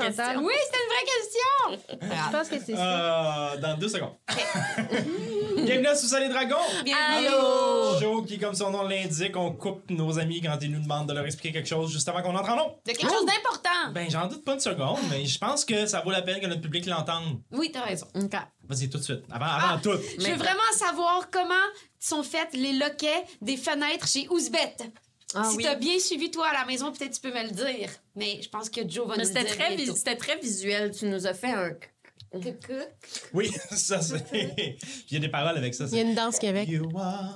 Chantal? Oui, c'était une vraie question! Je pense que c'est ça. Dans 2 secondes. Bienvenue à Sous-Sol et Dragons! Allô! Show qui, comme son nom l'indique, on coupe nos amis quand ils nous demandent de leur expliquer quelque chose juste avant qu'on entre en nom. De quelque chose d'important! Ben, j'en doute pas une seconde, mais je pense que ça vaut la peine que notre public l'entende. Oui, t'as raison. OK. Vas-y, tout de suite. Avant tout. Je veux vraiment savoir comment sont faites les loquets des fenêtres chez Ouzbet. Ah Si oui. t'as bien suivi, toi, à la maison, peut-être tu peux me le dire. Mais je pense que Joe va Mais nous le dire bientôt. c'était très visuel. Tu nous as fait un... Coucou. Oui, ça, c'est. Puis il y a des paroles avec ça. Il y a une danse Québec. You are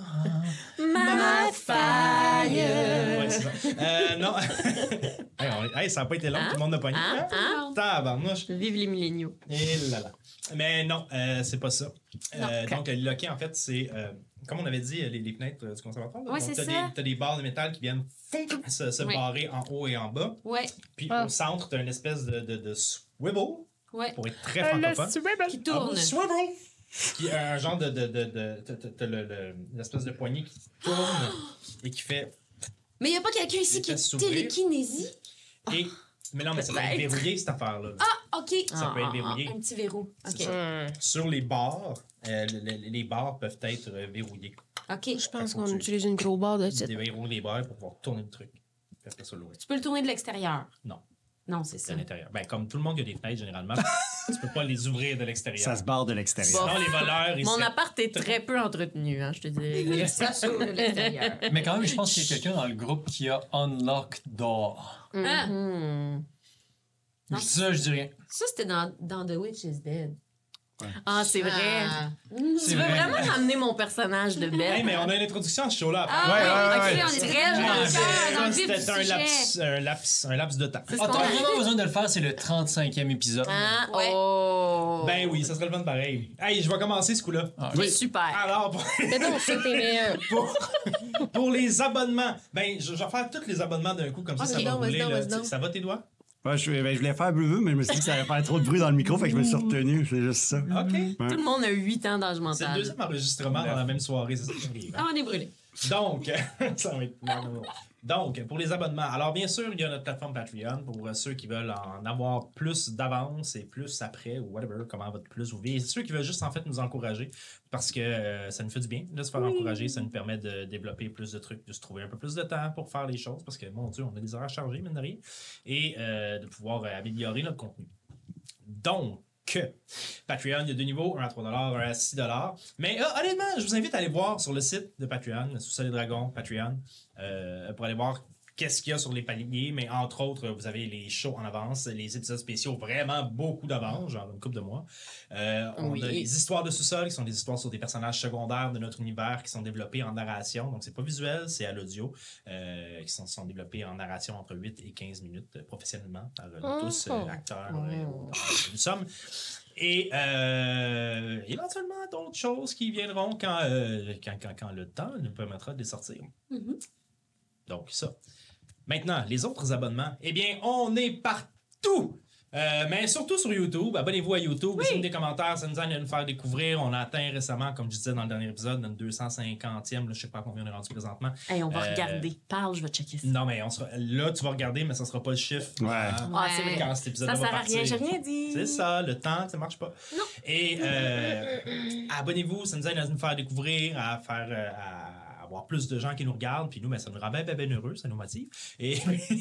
My fire. Ouais, c'est ça. Non. Hey, ça n'a pas été long, tout le monde n'a pogné. Tabarnouche. Vive les milléniaux. Et là là. Mais non, c'est pas ça. Donc, le loquet, en fait, c'est. Comme on avait dit, les fenêtres du conservatoire. Ouais, c'est ça. T'as des barres de métal qui viennent se Ouais. barrer en haut et en bas. Ouais, Puis au centre, t'as une espèce de swivel, ouais. pour être très francophone. Qui tourne. Swivel! Qui est un genre t'as l'espèce de poignée qui tourne et qui fait. Mais il a pas quelqu'un ici qui fait est s'ouvrir. télékinésie? Et. Mais non, mais ça peut être verrouillé, cette affaire-là. Ah, OK. Ça peut être verrouillé. Un petit verrou. OK. C'est ça. Sur les barres, les barres peuvent être verrouillées. OK. Je pense qu'on utilise une grosse barre de titre. Déverrouiller les barres pour pouvoir tourner le truc. Puis après ça, l'ouvrir. Tu peux le tourner de l'extérieur. Non, Non, c'est c'est ça. à l'intérieur. Ben, comme tout le monde qui a des fenêtres, généralement, tu peux pas les ouvrir de l'extérieur. Ça se barre de l'extérieur. Sinon, les voleurs, ils Mon seraient- appart est très peu entretenu, hein, je te dis. Ça s'ouvre de l'extérieur. Mais quand même, je pense qu'il y a quelqu'un dans le groupe qui a Unlock Door. Ah, Je dis ça, je dis rien. ça, c'était dans The Witch is Dead. Ah, c'est vrai. Ah. C'est Tu veux vrai. vraiment ramener mon personnage de Hey, bête? mais on a une introduction à ce show-là. Ah, Ouais, oui, ouais, OK, ouais. on est Très très dans le gentil. cœur, dans le vif C'était du sujet. un laps de temps. C'est ce Ah, qu'on t'as a- vraiment besoin de le faire, c'est le 35e épisode. Hein? Ouais. Oh! Ben oui, ça serait le fun pareil. Hey, je vais commencer ce coup-là. Oui, super. Alors, Mais donc, ça, t'es meilleur. pour les abonnements, ben, je vais faire tous les abonnements d'un coup, comme ça, Ok, ça va donc, rouler. vas-y là. donc, vas-y Ça va tes doigts? Ouais, je voulais faire bleu, mais je me suis dit que ça allait faire trop de bruit dans le micro, fait que je me suis retenu. C'est juste ça. OK. Tout le monde a 8 ans d'âge C'est le mental. deuxième enregistrement dans la même soirée, c'est ça qui arrive. Ah, on est brûlé. Donc, ça va être... non. Donc, pour les abonnements, alors bien sûr, il y a notre plateforme Patreon pour ceux qui veulent en avoir plus d'avance et plus après, ou whatever, comment votre plus vous voulez. Ceux qui veulent juste en fait nous encourager parce que ça nous fait du bien de se faire encourager, ça nous permet de développer plus de trucs, de se trouver un peu plus de temps pour faire les choses parce que, mon Dieu, on a des horaires chargés, mine de rien, et de pouvoir améliorer notre contenu. Donc, Patreon, il y a 2 niveaux, un à 3 un à 6 mais honnêtement, je vous invite à aller voir sur le site de Patreon, Sous-Sol et Dragons, Patreon, pour aller voir qu'est-ce qu'il y a sur les paliers, mais entre autres, vous avez les shows en avance, les épisodes spéciaux, vraiment beaucoup d'avance, genre une couple de mois. On Oui. a les histoires de sous-sol, qui sont des histoires sur des personnages secondaires de notre univers, qui sont développés en narration, donc c'est pas visuel, c'est à l'audio, qui sont développés en narration entre 8 et 15 minutes, professionnellement, par nous tous, acteurs, nous sommes. Et éventuellement d'autres choses qui viendront quand le temps nous permettra de les sortir. Donc ça. Maintenant, les autres abonnements, eh bien, on est partout! Mais surtout sur YouTube. Abonnez-vous à YouTube. Laissez-nous des commentaires. Ça nous aide à nous faire découvrir. On a atteint récemment, comme je disais dans le dernier épisode, notre 250e. Là, je sais pas à combien on est rendu présentement. Hey, on va regarder. Parle, je vais checker ça. Non, mais là, tu vas regarder, mais ça sera pas le chiffre. Ouais. Ah, c'est vrai. Quand cet épisode Ça va sert à partir. rien, j'ai rien dit. C'est ça, le temps, ça marche pas. Non. Et abonnez-vous, ça nous aide à nous faire découvrir, à faire à avoir plus de gens qui nous regardent, puis nous, ben, ça nous rend bien heureux, ça nous motive. Et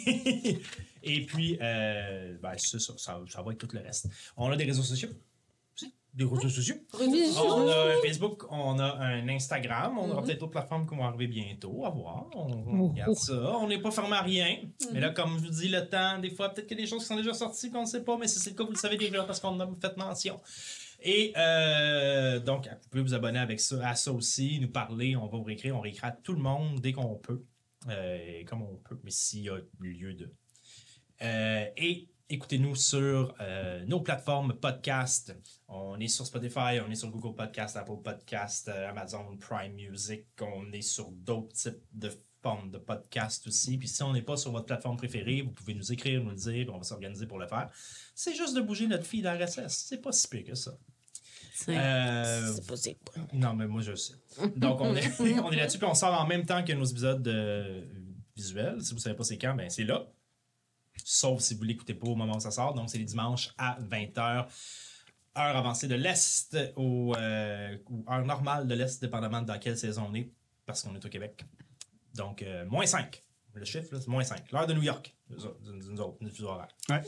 puis, ben, c'est ça, ça va être tout le reste. On a des réseaux sociaux. Des réseaux sociaux. On a un Facebook, on a un Instagram, on aura peut-être d'autres plateformes qui vont arriver bientôt, à voir. On regarde ça. On n'est pas fermé à rien. Mais là, comme je vous dis, le temps, des fois, peut-être qu'il y a des choses qui sont déjà sorties qu'on ne sait pas, mais si c'est le cas, vous le savez déjà parce qu'on en a fait mention. Et donc, vous pouvez vous abonner à ça aussi, nous parler, on va vous réécrire, on réécrit à tout le monde dès qu'on peut, comme on peut, mais s'il y a lieu de. Et écoutez-nous sur nos plateformes podcast. On est sur Spotify, on est sur Google Podcast, Apple Podcast, Amazon Prime Music, on est sur d'autres types de formes de podcast aussi. Puis si on n'est pas sur votre plateforme préférée, vous pouvez nous écrire, nous le dire, puis on va s'organiser pour le faire. C'est juste de bouger notre feed RSS. C'est pas si pire que ça. C'est possible. Non, mais moi, je sais. Donc, on est là-dessus, puis on sort en même temps que nos épisodes visuels. Si vous savez pas c'est quand, ben c'est là. sauf si vous l'écoutez pas au moment où ça sort. Donc, c'est les dimanches à 20h. Heure avancée de l'Est ou heure normale de l'Est, dépendamment de dans quelle saison on est, parce qu'on est au Québec. Donc, -5. Le chiffre, là, c'est -5. L'heure de New York. Nous autres, nous fuseau horaire. Ouais.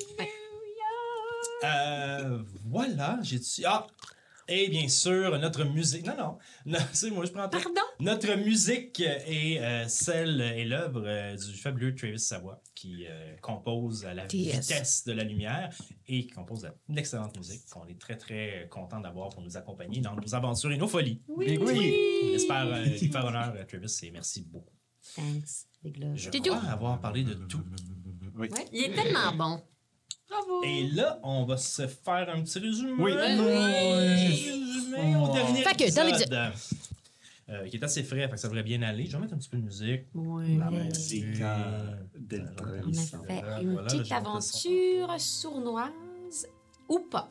Voilà, j'ai dit. Ah! Et bien sûr, notre musique. Non, c'est moi, je prends tout. Pardon? Notre musique est celle et l'œuvre du fabuleux Travis Savoie, qui compose à la vitesse de la lumière et qui compose une excellente musique qu'on est très, très content d'avoir pour nous accompagner dans nos aventures et nos folies. Oui. J'espère lui faire honneur, Travis, et merci beaucoup. Thanks, big love. Je crois avoir parlé de tout. Oui. Ouais, il est tellement bon. Bravo! Et là, on va se faire un petit résumé. Oui. Résumé au dernier Fait que, dans épisode. Qui est assez frais, fait que ça devrait bien aller. Je vais mettre un petit peu de musique. Oui. La musique On a fait Une Voilà, petite là, aventure sournoise ou pas.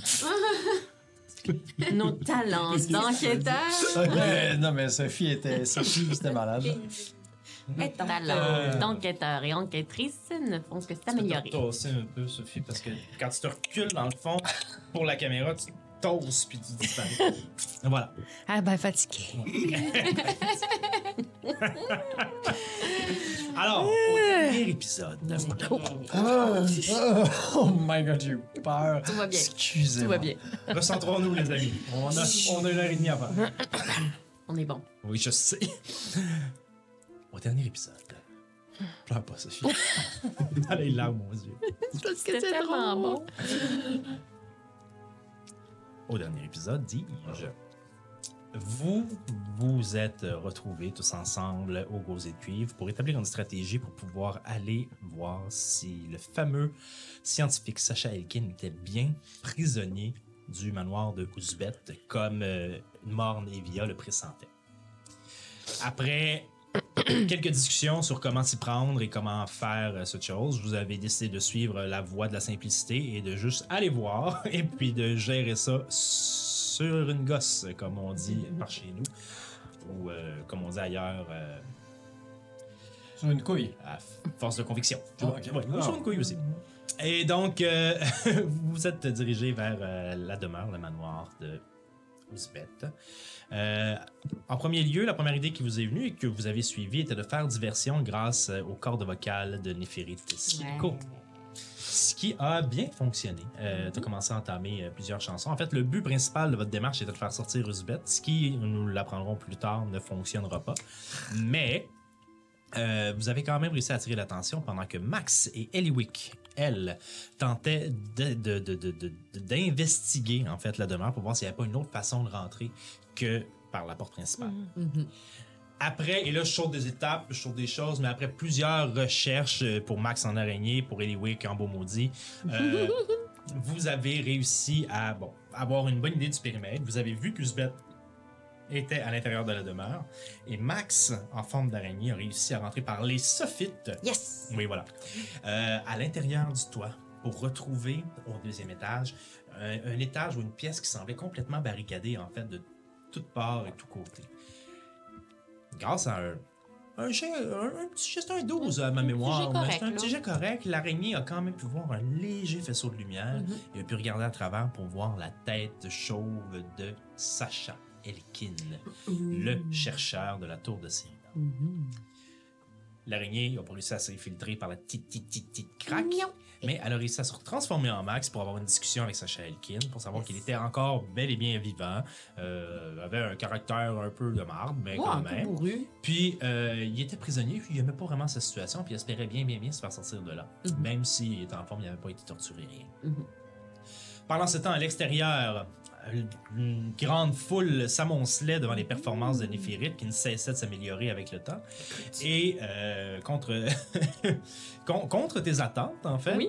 nos talents d'enquêteurs. Non, mais Sophie, c'était malade. Talents d'enquêteurs et enquêtrices ne font que s'améliorer. Tu tosser un peu, Sophie, parce que quand tu te recules dans le fond pour la caméra, tu tosses puis tu disparais. Voilà. Ah ben, fatigué. Alors, au dernier épisode. Oh my god, j'ai eu peur. Tout va bien. Excusez-moi. Tout va bien. Recentrons-nous, les amis. On a 1h30 à faire. On est bon. Oui, je sais. Au dernier épisode. Pleure pas, Sophie. Dans les larmes, mon Dieu. Parce que c'est tellement bon. Au dernier épisode, dis-je. Vous êtes retrouvés tous ensemble au Gauze et de Cuivre pour établir une stratégie pour pouvoir aller voir si le fameux scientifique Sacha Elkin était bien prisonnier du manoir de Ouzbet comme Morn et Via le pressentait. Après quelques discussions sur comment s'y prendre et comment faire cette chose, vous avez décidé de suivre la voie de la simplicité et de juste aller voir et puis de gérer ça sur une gosse, comme on dit par chez nous, ou comme on dit ailleurs, Sur une couille. à force de conviction. Ah, ok. Ouais, sur une couille aussi. Et donc, vous êtes dirigé vers la demeure, le manoir de Ouzbet. En premier lieu, la première idée qui vous est venue et que vous avez suivie était de faire diversion grâce aux cordes vocales de Néphérite Silico. Ce qui a bien fonctionné. Tu as commencé à entamer plusieurs chansons. En fait, le but principal de votre démarche était de faire sortir Ouzbet, ce qui, nous l'apprendrons plus tard, ne fonctionnera pas. Mais vous avez quand même réussi à attirer l'attention pendant que Max et Eliwick, elle, tentaient d'investiguer en fait la demeure pour voir s'il n'y avait pas une autre façon de rentrer que par la porte principale. Après, et là, je saute des étapes, je saute des choses, mais après plusieurs recherches pour Max en araignée, pour Eliwick en beau maudit, vous avez réussi à avoir une bonne idée du périmètre. Vous avez vu qu'Ouzbet était à l'intérieur de la demeure. Et Max, en forme d'araignée, a réussi à rentrer par les soffites. Yes! Oui, voilà. À l'intérieur du toit, pour retrouver au deuxième étage, un étage ou une pièce qui semblait complètement barricadée, en fait, de toutes parts et tous côtés. Grâce à un petit jet, un 12 à ma mémoire, mais c'est un petit jet correct. L'araignée a quand même pu voir un léger faisceau de lumière. Il a pu regarder à travers pour voir la tête chauve de Sacha Elkin, le chercheur de la tour de Sirina. L'araignée a pas réussi à s'infiltrer par la petite craque, mais elle a réussi à se transformer en Max pour avoir une discussion avec Sacha Elkin, pour savoir qu'il était encore bel et bien vivant, avait un caractère un peu de marde, mais quand même. Puis il était prisonnier, puis il n'aimait pas vraiment sa situation, puis il espérait bien se faire sortir de là. Même s'il était en forme, il n'avait pas été torturé, rien. Pendant ce temps, à l'extérieur, une grande foule s'amoncelait devant les performances de Néphérite qui ne cessaient de s'améliorer avec le temps. Et contre tes attentes, en fait,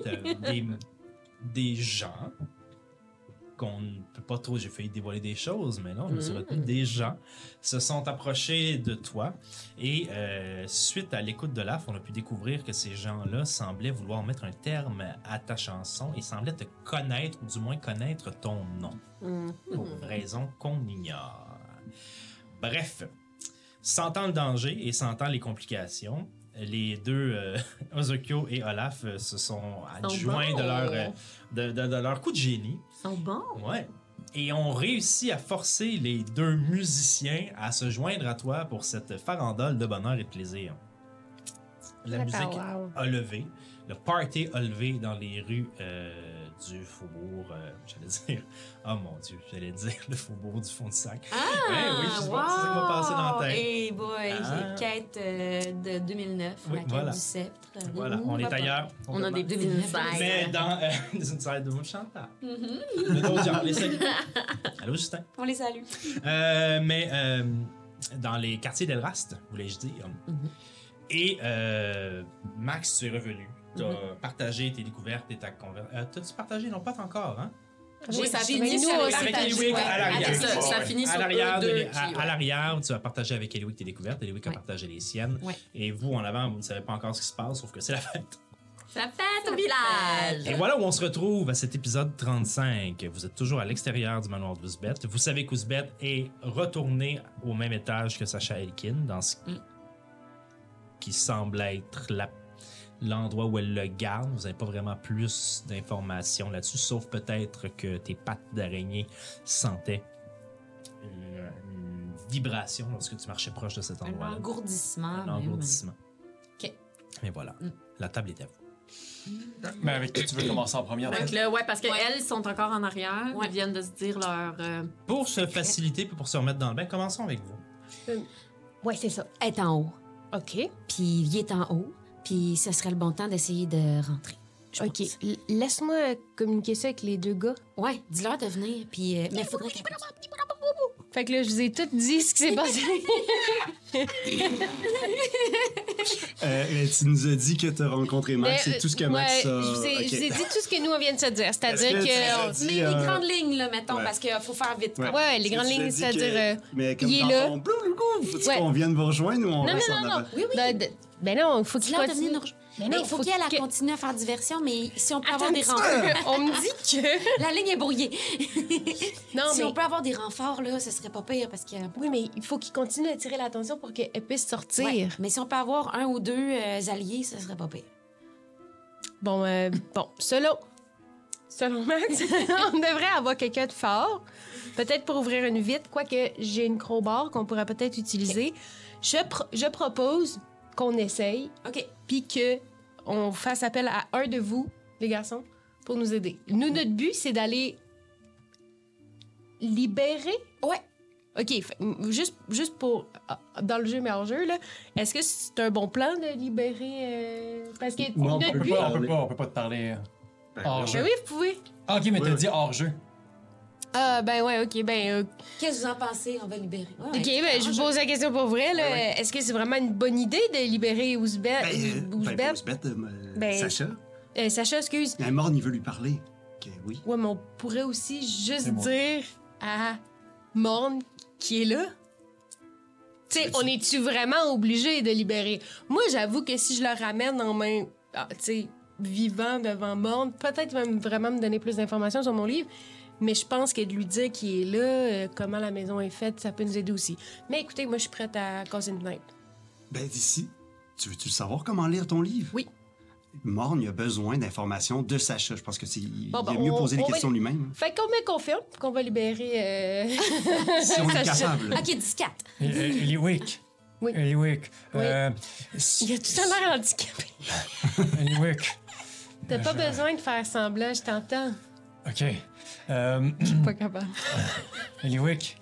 des gens qu'on ne peut pas trop... J'ai failli dévoiler des choses, mais non, je me suis retenu. Des gens se sont approchés de toi et suite à l'écoute de l'AF, on a pu découvrir que ces gens-là semblaient vouloir mettre un terme à ta chanson et semblaient te connaître, ou du moins connaître ton nom. Pour une raison qu'on ignore. Bref, sentant le danger et sentant les complications, les deux, Ozokyo et Olaf, se sont adjoints bons. de leur coup de génie. Ils sont bons. Ouais. Et ont réussi à forcer les deux musiciens à se joindre à toi pour cette farandole de bonheur et de plaisir. La musique Wow. a levé. Le party a levé dans les rues du faubourg. J'allais dire. Oh mon Dieu, j'allais dire le faubourg du fond du sac. Ah, oui, je sais pas, c'est ça qui m'a passé dans la tête. Hey boy, Ah. j'ai quête de 2009, Oui, la quête voilà. du sceptre. Voilà, Ouh, on est papa. ailleurs. On a des petits 2009. insights. Mais dans des insides de mon Chantal. Le dossier, on les salue. Allô, Justin. On les salue. Mais dans les quartiers d'Elrast, voulais-je dire. Et Max, tu es revenu. Tu as partagé tes découvertes et ta conversation. T'as-tu partagé? Non, pas encore, hein? Oui, ça Avec finit nous, sur on les s'est Avec partages, Eliwick ouais. à l'arrière. Ça finit sur à l'arrière, eux deux à l'arrière, tu as partagé avec Eliwick tes découvertes. Eliwick a Ouais. partagé les siennes. Ouais. Et vous, en avant, vous ne savez pas encore ce qui se passe, sauf que c'est la fête. Ça fête au village. Et voilà où on se retrouve à cet épisode 35. Vous êtes toujours à l'extérieur du manoir d'Ouzbeth. Vous savez qu'Ouzbeth est retourné au même étage que Sacha Elkin, dans ce qui semble être l'endroit où elle le garde. Vous n'avez pas vraiment plus d'informations là-dessus, sauf peut-être que tes pattes d'araignée sentaient une vibration lorsque tu marchais proche de cet Un endroit-là. engourdissement. Un même. engourdissement. OK. Et voilà. La table est à vous. Mais avec qui tu veux commencer en premier? en Fait fait? que là, ouais, parce Ouais. qu'elles sont encore en arrière. Ouais. Ils viennent de se dire leur. Pour se faciliter et pour se remettre dans le bain, commençons avec vous. Ouais, c'est ça. Elle est en haut, OK. puis il est en haut, puis ce serait le bon temps d'essayer de rentrer. je OK. pense. Laisse-moi communiquer ça avec les deux gars. Ouais, dis-leur de venir, puis... mais il faudrait qu'elle... Fait que là, je vous ai tout dit ce qui s'est passé. Tu nous as dit que tu as rencontré Max, c'est tout ce que Max ouais, a... je vous ai Ok. dit tout ce que nous, on vient de se dire. Est-ce C'est-à-dire que tu que... as dit, Les grandes lignes, là, mettons, ouais. parce qu'il faut faire vite. Ouais. Ouais, les Est-ce que grandes tu as lignes, dit c'est-à-dire... que- Mais comme il est dans là. ton faut-tu Ouais. qu'on vienne vous rejoindre ou on Non, reste non, en non, avant? non. Oui, oui. Ben non, il faut qu'il Dis-leur de continue. venir nous rejoindre. Ben Mais non, il faut faut qu'elle que- continue à faire diversion, mais si on peut Attends avoir un des petit renforts... peu. On me dit que... La ligne est brouillée. Non, si mais... on peut avoir des renforts, là, ce serait pas pire, parce que... Oui, mais il faut qu'il continue d'attirer l'attention pour qu'elle puisse sortir. Ouais, mais si on peut avoir un ou deux alliés, ce serait pas pire. Bon, selon Max, on devrait avoir quelqu'un de fort. Peut-être pour ouvrir une vitre, quoique j'ai une crowbar qu'on pourrait peut-être utiliser. Je propose qu'on essaye, OK. puis que on fasse appel à un de vous, les garçons, pour nous aider. Nous, notre but, c'est d'aller libérer. Ouais. OK, juste pour... Dans le jeu, mais hors jeu, là, est-ce que c'est un bon plan de libérer... parce que Ouais, on notre peut but... pas. On peut pas te parler hors Ben jeu. oui, vous pouvez. Ah, ok, mais t'as Ouais. dit hors jeu. Ah, ben ouais, OK, ben... Qu'est-ce que vous en pensez? On va libérer. Ouais, OK, ben je vous pose la question pour vrai, là. Ouais. Est-ce que c'est vraiment une bonne idée de libérer Ouzbeth? Ben, Ouzbeth, Ben- Sacha, Sacha, excuse. la morne, il veut lui parler. Ok, oui. Ouais, mais on pourrait aussi juste C'est moi. dire à Morne qui est là. Tu sais, on est-tu vraiment obligé de libérer? Moi, j'avoue que si je le ramène en main, tu sais, vivant devant Morne, peut-être même vraiment me donner plus d'informations sur mon livre. Mais je pense que de lui dire qu'il est là, comment la maison est faite, ça peut nous aider aussi. Mais écoutez, moi, je suis prête à casser une fenêtre. Ben, d'ici, tu veux-tu savoir comment lire ton livre? Oui. Morne, il a besoin d'informations de Sacha. Je pense que Bon, ben, il a mieux on- poser les on va- questions lui-même. Fait qu'on me confirme qu'on va libérer... Si on est Sacha. capable. OK, 14. Eliwick. Oui. Eliwick. Oui. Il a tout à l'heure handicapé. Eliwick. T'as pas besoin de faire semblant, je t'entends. OK. Pas capable. Eliwick.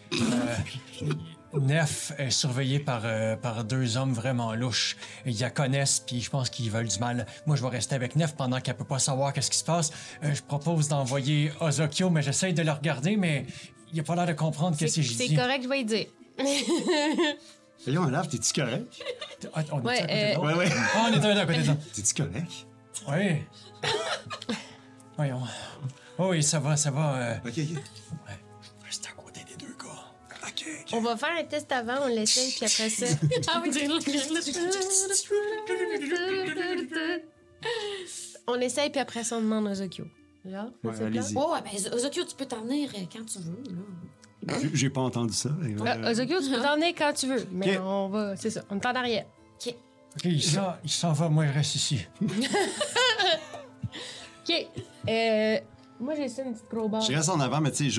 Nef est surveillé par deux hommes vraiment louches. Ils la connaissent, puis je pense qu'ils veulent du mal. Moi, je vais rester avec Nef pendant qu'elle peut pas savoir qu'est-ce qui se passe. Je propose d'envoyer Ozokyo, mais j'essaye de le regarder, mais il a pas l'air de comprendre qu'est-ce que je C'est dis. correct, je vais y dire. Voyons, Lave, t'es-tu correct? Ah, on est Ouais, à côté de l'autre? Ouais, ouais. Ah, on est à côté de l'autre. T'es-tu correct? Oui. Voyons. Oh oui, ça va. Ok. Reste à côté des deux gars. Ok. On va faire un test avant, on l'essaye, puis après ça... Ah oui, on essaye, puis après ça, on demande aux Okyo. Genre, Ouais, c'est allez-y. Oh, ben, Ozokyo, tu peux t'en venir quand tu veux, là. J'ai pas entendu ça. Ozokyo, tu peux t'en venir quand tu veux, mais Ok. on va... C'est ça, on est en arrière. OK. OK, il s'en va, moi je reste ici. OK. Moi, j'ai ça, une petite crowbar. Je reste en avant, mais tu sais,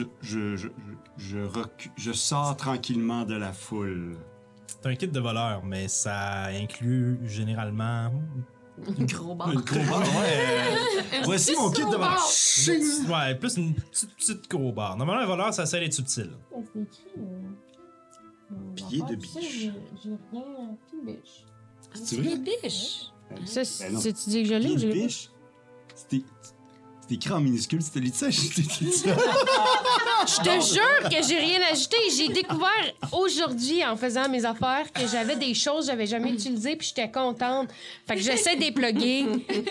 je sors tranquillement de la foule. C'est un kit de voleur, mais ça inclut généralement Un gros bar. Une crowbar, ouais. Voici mon kit de voleur. Ching! ouais, plus une petite crowbar. Normalement, un voleur, ça sert d'être subtil. C'est écrit. Pied de biche. J'ai rien. Pied de biche. C'est vrai? biche. Ça, Ben non. c'est-tu dit que je l'ai Pied ou je de l'ai pas? biche? C'était écrit en minuscule, c'était lu ça, je t'ai dit ça. Je te jure que j'ai rien ajouté. J'ai découvert aujourd'hui, en faisant mes affaires, que j'avais des choses que j'avais jamais utilisées, puis j'étais contente. Fait que j'essaie de les plugger.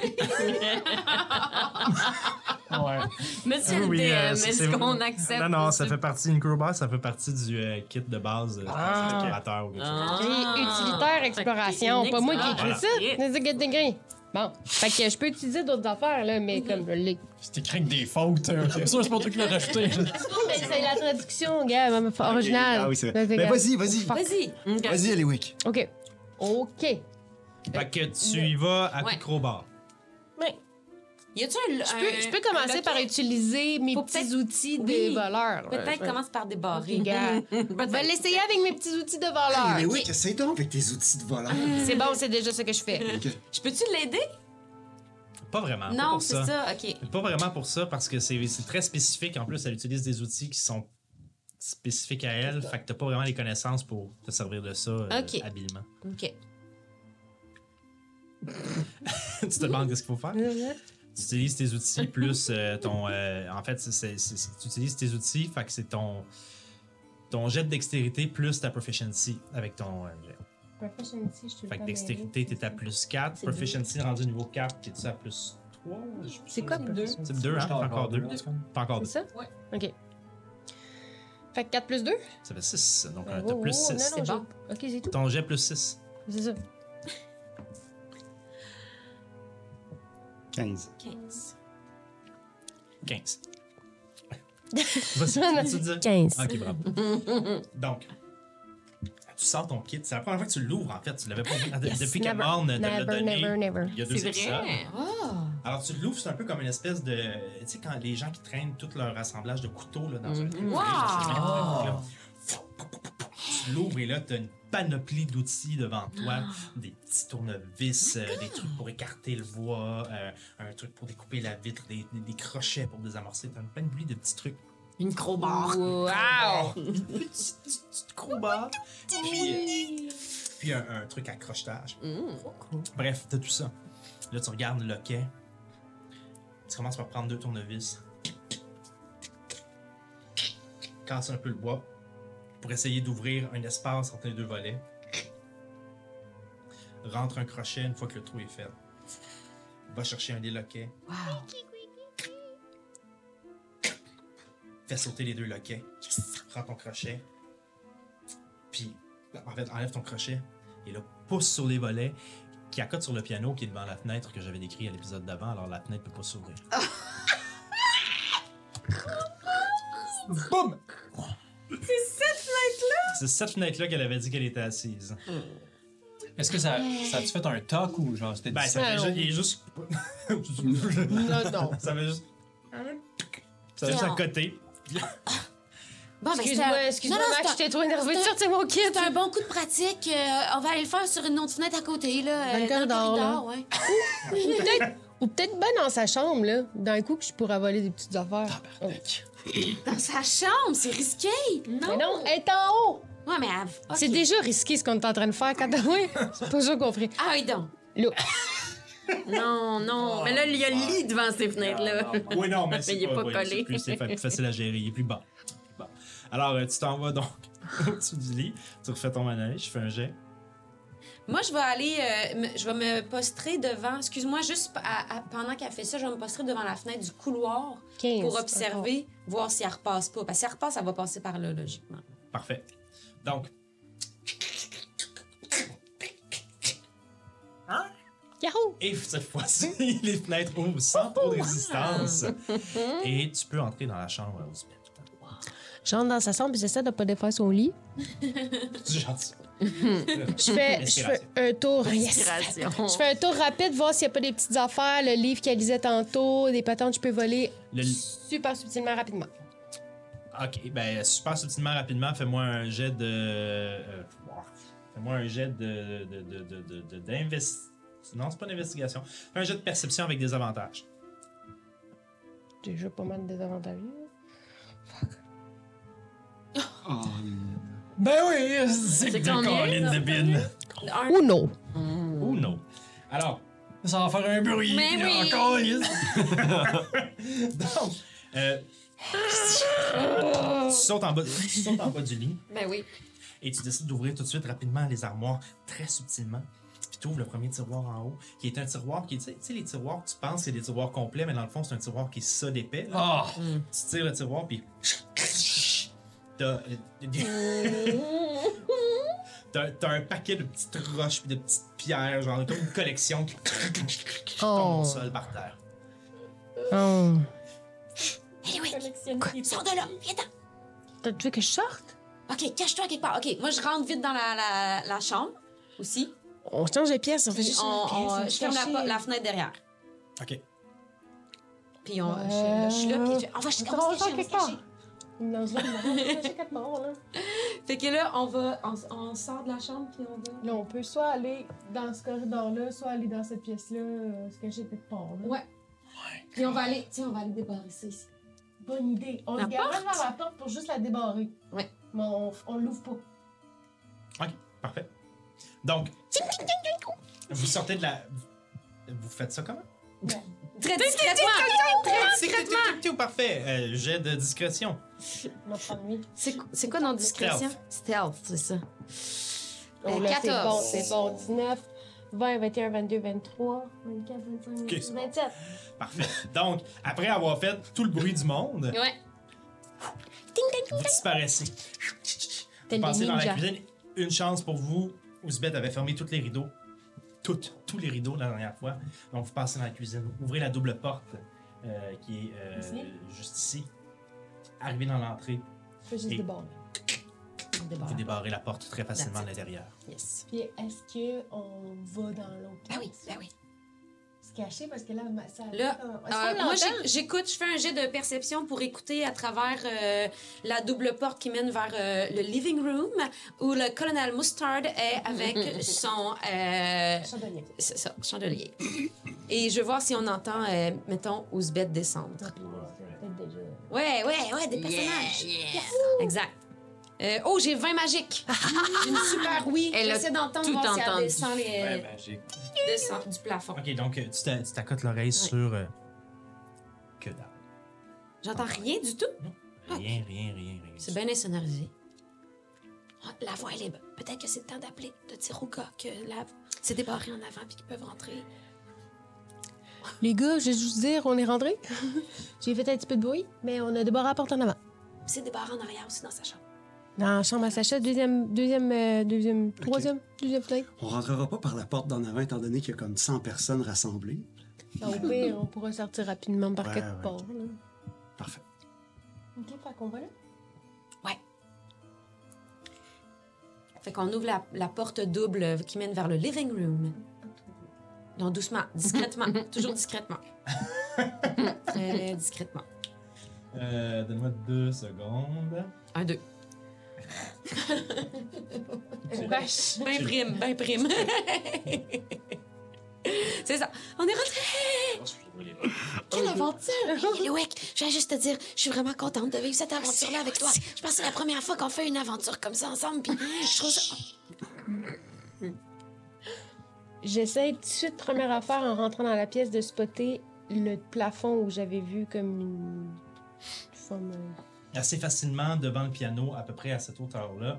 Ouais. Monsieur le DM, est-ce qu'on accepte? Non, ça fait partie d'une crowbar, ça fait partie du kit de base du créateur ou quelque chose. J'ai utilitaire exploration. Fait que Pas moi qui ai écrit voilà. ça. C'est gris. Bon. Fait que je peux utiliser d'autres affaires, là, mais comme je l'ai. C'est écrit avec des fautes. C'est sûr, c'est pas toi qui l'as rajouté. Mais c'est la traduction, gars, originale. Ah oui, c'est vrai. C'est Mais grave. vas-y. Vas-y. OK. Vas-y, Eliwick. OK. OK. Fait que tu y vas à coup de crowbar. Ouais. Y a-tu un. Je peux commencer par utiliser mes Faut petits peut-être- outils de Oui. voleur. Peut-être commence par débarrer. OK, gars. Je vais l'essayer avec mes petits outils de voleur. Eliwick, essaye donc avec tes outils de voleur. C'est bon, c'est déjà ce que je fais. Ok. Je peux-tu l'aider? Pas vraiment. pas Non, pour c'est ça. OK. Pas vraiment pour ça, parce que c'est très spécifique. En plus, elle utilise des outils qui sont spécifiques à elle. Fait que t'as pas vraiment les connaissances pour te servir de ça Ok. habilement. OK. Tu te demandes qu'est-ce qu'il faut faire? Tu utilises tes outils plus ton... en fait, tu utilises tes outils, fait que c'est ton jet de dextérité plus ta proficiency avec ton jet. Fait que dextérité, t'es à plus 4. C'est Proficiency rendu niveau 4, t'es-tu à plus 3? C'est quoi, proficiency? C'est 2, hein? Pas encore 2. Pas encore 2. C'est ça? Ouais. OK. Fait que 4 plus 2? Ça fait 6. Donc, t'as plus 6. C'est bon. OK, c'est tout. Ton jet plus 6. C'est ça. 15. 15. 15. Vas-y, tu dis? 15. Ok, bravo. Donc, tu sors ton kit. C'est la première fois que tu l'ouvres, en fait. Tu l'avais pas vu. Depuis que Never. Morne te l'a Never, donné. never, never. Il y a 2 C'est épisodes. vrai. Alors, tu l'ouvres, c'est un peu comme une espèce de. Tu sais, quand les gens qui traînent tout leur assemblage de couteaux là, dans un truc. Wow! Là, tu l'ouvres et là, tu as une panoplie d'outils devant toi. Des petits tournevis, des trucs pour écarter le bois, un truc pour découper la vitre, des crochets pour désamorcer. Tu as une panoplie de petits trucs. Une crowbar. Wow! Une petite crowbar. Puis un truc à crochetage. Bref, t'as tout ça. Là, tu regardes le loquet. Tu commences par prendre 2 tournevis. Casse un peu le bois pour essayer d'ouvrir un espace entre les 2 volets. Rentre un crochet une fois que le trou est fait. Va chercher un des loquets. Wow. Fais sauter les 2 loquets. Prends ton crochet. Puis, en fait, enlève ton crochet. Et là, pousse sur les volets qui accotent sur le piano qui est devant la fenêtre que j'avais décrit à l'épisode d'avant. Alors, la fenêtre peut pas s'ouvrir. Boum! C'est cette fenêtre-là qu'elle avait dit qu'elle était assise. Est-ce que ça a-tu fait un toc ou genre c'était Ben, ça fait juste... Il est juste... Non. Ça fait juste... Ça fait juste à côté. Bon, ben, Excuse-moi, Non, non, Max, j'étais trop énervée de sortir mon kit. c'est un bon coup de pratique. On va aller le faire sur une autre fenêtre à côté, là. Dans le corridor, ouais. Ou peut-être ben dans sa chambre, là. D'un coup, que je pourrais voler des petites affaires. Oh. Dans sa chambre, c'est risqué. Mais non, elle est en haut! Ouais, mais... ok. C'est déjà risqué ce qu'on est en train de faire quand oui, c'est pas ça qu'on ferait. Ah oui, donc. Là. Non. Mais là, il y a le lit devant ces fenêtres-là. Oui, non, mais il est pas oui, collé. c'est plus facile à gérer. Il est plus bas. Bon. Alors, tu t'en vas donc au-dessus du lit. Tu refais ton manège. Je fais un jet. Moi, je vais aller... je vais me postrer devant... Excuse-moi, juste pendant qu'elle fait ça, je vais me postrer devant la fenêtre du couloir 15. pour observer, voir si elle repasse pas. Parce que si elle repasse, elle va passer par là, logiquement. Parfait. Donc, Yahoo! et cette fois-ci, les fenêtres ouvrent sans trop de résistance. Et tu peux entrer dans la chambre à Ouzbek. J'entre dans sa chambre et j'essaie de pas défaire son lit. C'est gentil. Je fais un tour. Yes. Inspiration. Je fais un tour rapide, voir s'il n'y a pas des petites affaires, le livre qu'elle lisait tantôt, des patentes que je peux voler super subtilement, rapidement. Ok, ben super subtilement, rapidement, fais-moi un jet de. Fais-moi un jet d'investigation. Non, c'est pas d'investigation. Fais un jet de perception avec des avantages. Déjà pas mal de désavantages. Ben oui, c'est C'est que combien, Colline de bin. Ou non. Ou non. Alors, ça va faire un bruit. Mais là, oui. encore, yes. donc, tu sautes en bas du lit Ben oui. et tu décides d'ouvrir tout de suite rapidement les armoires très subtilement. Puis tu ouvres le premier tiroir en haut, qui est un tiroir qui est, tu sais, les tiroirs, tu penses que c'est des tiroirs complets, mais dans le fond, c'est un tiroir qui est ça d'épais. là. Oh, Tu tires le tiroir, puis. T'as. T'as un paquet de petites roches puis de petites pierres, genre comme une collection qui tombe au sol par terre. Oh. Sors de là, viens-t'en. Tu veux que je sorte? OK, cache-toi quelque part. OK, moi, je rentre vite dans la chambre aussi. On change de pièce, on fait juste Je ferme la fenêtre derrière. Ok. Puis je suis là, puis je fais, on va se cacher. Non, je là. Fait que là, on sort de la chambre, puis on va... Là, on peut soit aller dans ce corridor-là, soit aller dans cette pièce-là, se cacher quelque part. Là. Ouais. Puis on va aller débarrer ça ici. Bonne idée. On La se garage vers la porte pour juste la débarrer. Ouais. Mais on l'ouvre pas. Ok, parfait. Donc, vous sortez de la. Vous faites ça comment? Très discrètement! Très discrètement! Parfait. Jet de discrétion. On va prendre nuit. C'est quoi notre discrétion? Stealth, c'est ça. Oh, là, 14. C'est bon. 19, 20, 21, 22, 23, 24, 25, Ok, 26, c'est bon. 27. Parfait. Donc, après avoir fait tout le bruit du monde, Ouais. vous disparaissez. Vous Tel passez des dans la ninjas. cuisine. Une chance pour vous. Ouzbeth avait fermé tous les rideaux. Tous les rideaux la dernière fois. Donc, vous passez dans la cuisine. Ouvrez la double porte qui est Ici? juste ici. Arrivez dans l'entrée. Faut juste Et- débarrer. Vous débarrez la porte très facilement de That's it. l'intérieur. Yes. Puis est-ce qu'on va dans l'autre Ben oui, pièce? ben oui. Se cacher parce que là, ça... Là, est-ce qu'on moi, l'entend? j'écoute, je fais un jet de perception pour écouter à travers la double porte qui mène vers le living room où le colonel Mustard est avec son Chandelier. c'est ça, chandelier. Et je veux voir si on entend, mettons, Ouzbeth descendre. Peut-être déjà... Ouais, des personnages. Exact. J'ai 20 magiques. Une super oui. Elle a J'essaie d'entendre tout voir si elle entendu. descend, magique. descend du plafond. Ok, donc tu t'accotes l'oreille sur. Que dalle. J'entends rien du tout. Rien. C'est bien insonorisé. Ah, la voix est libre. Peut-être que c'est le temps d'appeler, de dire au gars que c'est débarré en avant puis qu'ils peuvent rentrer. Les gars, je vais juste dire, on est rentrés. J'ai fait un petit peu de bruit, mais on a débarré la porte en avant. C'est débarré en arrière aussi dans sa chambre. Dans la chambre à Sacha, troisième, deuxième fenêtre. On rentrera pas par la porte d'en avant, étant donné qu'il y a comme 100 personnes rassemblées. Au pire, on pourra sortir rapidement par Ouais, quelque ouais. part. Là. Parfait. OK, fait qu'on va là. Ouais. Fait qu'on ouvre la porte double qui mène vers le living room. Non, doucement, discrètement. Toujours discrètement. Très discrètement. Donne-moi 2 secondes. 1, 2. Wesh. Ben prime. C'est ça. On est rentrés! Quelle aventure! Eliwick, je viens juste te dire, je suis vraiment contente de vivre cette aventure-là avec toi. Je pense que c'est la première fois qu'on fait une aventure comme ça ensemble, puis je trouve ça... J'essaie tout de suite, première affaire, en rentrant dans la pièce, de spotter le plafond où j'avais vu comme une forme... Assez facilement devant le piano, à peu près à cette hauteur-là.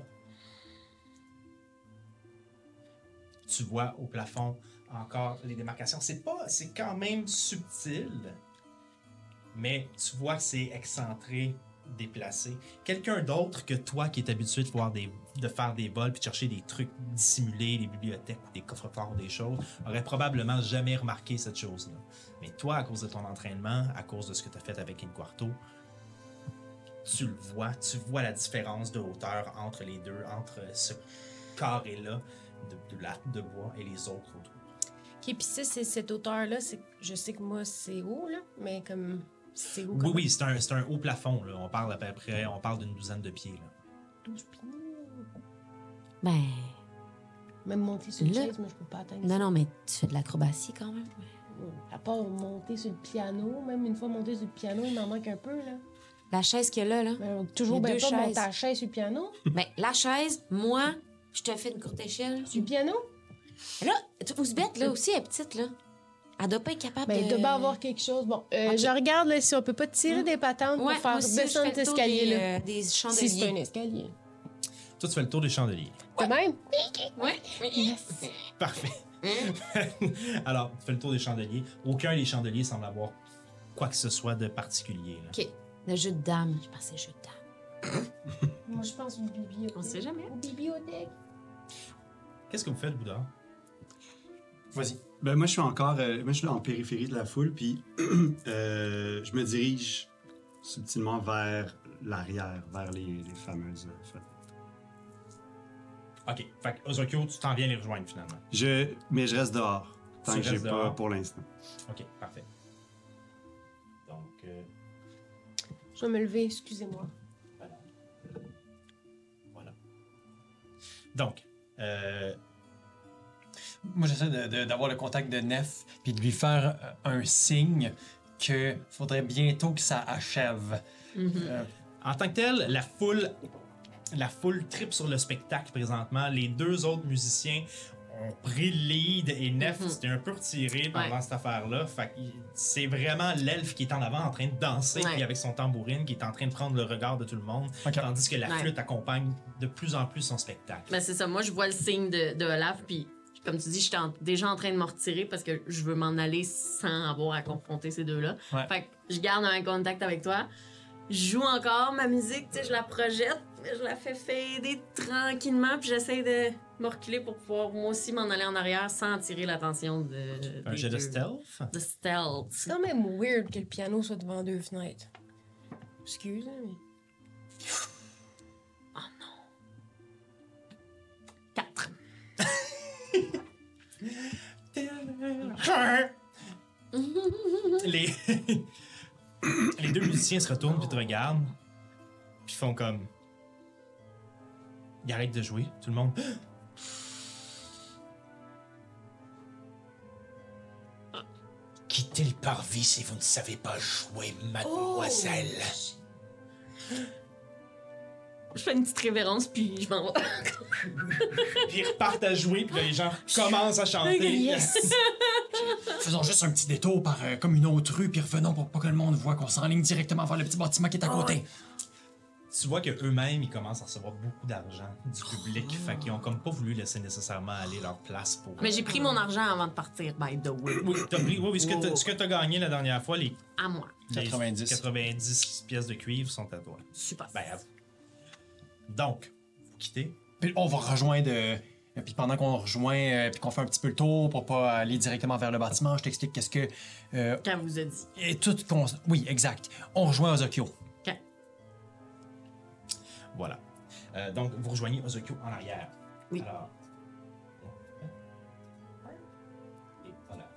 Tu vois au plafond encore les démarcations. C'est quand même subtil, mais tu vois que c'est excentré, déplacé. Quelqu'un d'autre que toi qui est habitué de faire des vols puis de chercher des trucs dissimulés, des bibliothèques ou des coffres-forts ou des choses, aurait probablement jamais remarqué cette chose-là. Mais toi, à cause de ton entraînement, à cause de ce que tu as fait avec Quarto, tu le vois, tu vois la différence de hauteur entre les deux, entre carré-là de bois et les autres autour. OK, puis ça, c'est cette hauteur-là, je sais que moi, c'est haut, là, mais comme... C'est haut Oui, comme oui, c'est un haut plafond. Là. On parle à peu près, on parle d'une douzaine de pieds. Là. 12 pieds. Ben, Même monter sur une Là- chaise, moi, je peux pas atteindre non, ça. non, mais tu fais de l'acrobatie quand même. À part monter sur le piano, même une fois monter sur le piano, il m'en manque un peu, là. La chaise qu'il y a là. Mais toujours Il y a bien deux pas monter chaises. à la chaise sur le piano. Ben, la chaise, moi, je te fais une courte échelle. Sur le piano? Là, Ouzbeth, là aussi, elle est petite, là. Elle doit pas être capable Ben, de... il doit bien avoir quelque chose. Bon, Ok. je regarde là, si on peut pas tirer des patentes Ouais, pour faire moi aussi, descendre je fais cet le tour escalier-là. des Si c'est un chandeliers. escalier. Toi, tu fais le tour des chandeliers. De même? Ouais. Yes. Parfait. Alors, tu fais le tour des chandeliers. Aucun des chandeliers semble avoir quoi que ce soit de particulier. Là. OK. Le jeu de dames. Je pensais jeu de dames. Moi, je pense une bibliothèque. On sait jamais. Une bibliothèque. Qu'est-ce que vous faites, Bouddha? Vas-y. Ben, moi, je suis encore moi, je suis en périphérie de la foule, puis je me dirige subtilement vers l'arrière, vers les fameuses fenêtres. OK. Fait que Ozokyo, tu t'en viens les rejoindre finalement. Mais je reste dehors, tant Tu que j'ai restes pas dehors. pour l'instant. OK, parfait. Donc, Je vais me lever, excusez-moi. voilà. Donc, Moi, j'essaie d'avoir le contact de Nef, puis de lui faire un signe que faudrait bientôt que ça achève. en tant que tel, la foule tripe sur le spectacle présentement. Les deux autres musiciens ont pris le lead et Nef s'était un peu retiré pendant Ouais. cette affaire-là. Fait que c'est vraiment l'elfe qui est en avant en train de danser, Ouais. puis avec son tambourine qui est en train de prendre le regard de tout le monde, Ok. tandis que la Ouais. flûte accompagne de plus en plus son spectacle. Ben, c'est ça. Moi, je vois le signe de Olaf, puis comme tu dis, j'étais déjà en train de me retirer parce que je veux m'en aller sans avoir à confronter ces deux-là. Ouais. Fait que je garde un contact avec toi. Je joue encore ma musique, tu sais, je la projette, mais je la fais fader tranquillement, puis j'essaie de me reculer pour pouvoir moi aussi m'en aller en arrière sans attirer l'attention de. Un des jet de deux. stealth. De stealth. C'est quand même weird que le piano soit devant deux fenêtres. Excuse, hein, mais... 4. les... les deux musiciens se retournent puis te regardent, puis font comme... Ils arrêtent de jouer, tout le monde... Quittez le parvis si vous ne savez pas jouer, mademoiselle. Je fais une petite révérence, puis je m'en vais. Puis ils repartent à jouer, puis là, les gens commencent à chanter. Yes! Faisons juste un petit détour par comme une autre rue, puis revenons pour pas que le monde voit qu'on s'enligne directement vers le petit bâtiment qui est à côté. Tu vois qu'eux-mêmes, ils commencent à recevoir beaucoup d'argent du public, fait qu'ils ont comme pas voulu laisser nécessairement aller leur place pour... Mais j'ai pris mon argent avant de partir, by the way. Oui, t'as pris... oui, ce que t'as gagné la dernière fois, les À moi. 90. 90 pièces de cuivre sont à toi. Super. Ben, à vous. Donc, vous quittez. Puis on va rejoindre. Puis pendant qu'on rejoint, puis qu'on fait un petit peu le tour pour pas aller directement vers le bâtiment, je t'explique qu'est-ce que. Quand vous a dit. Et tout. Oui, exact. On rejoint Ozokyo. OK. Voilà. Donc, vous rejoignez Ozokyo en arrière. Oui. Alors... Et voilà.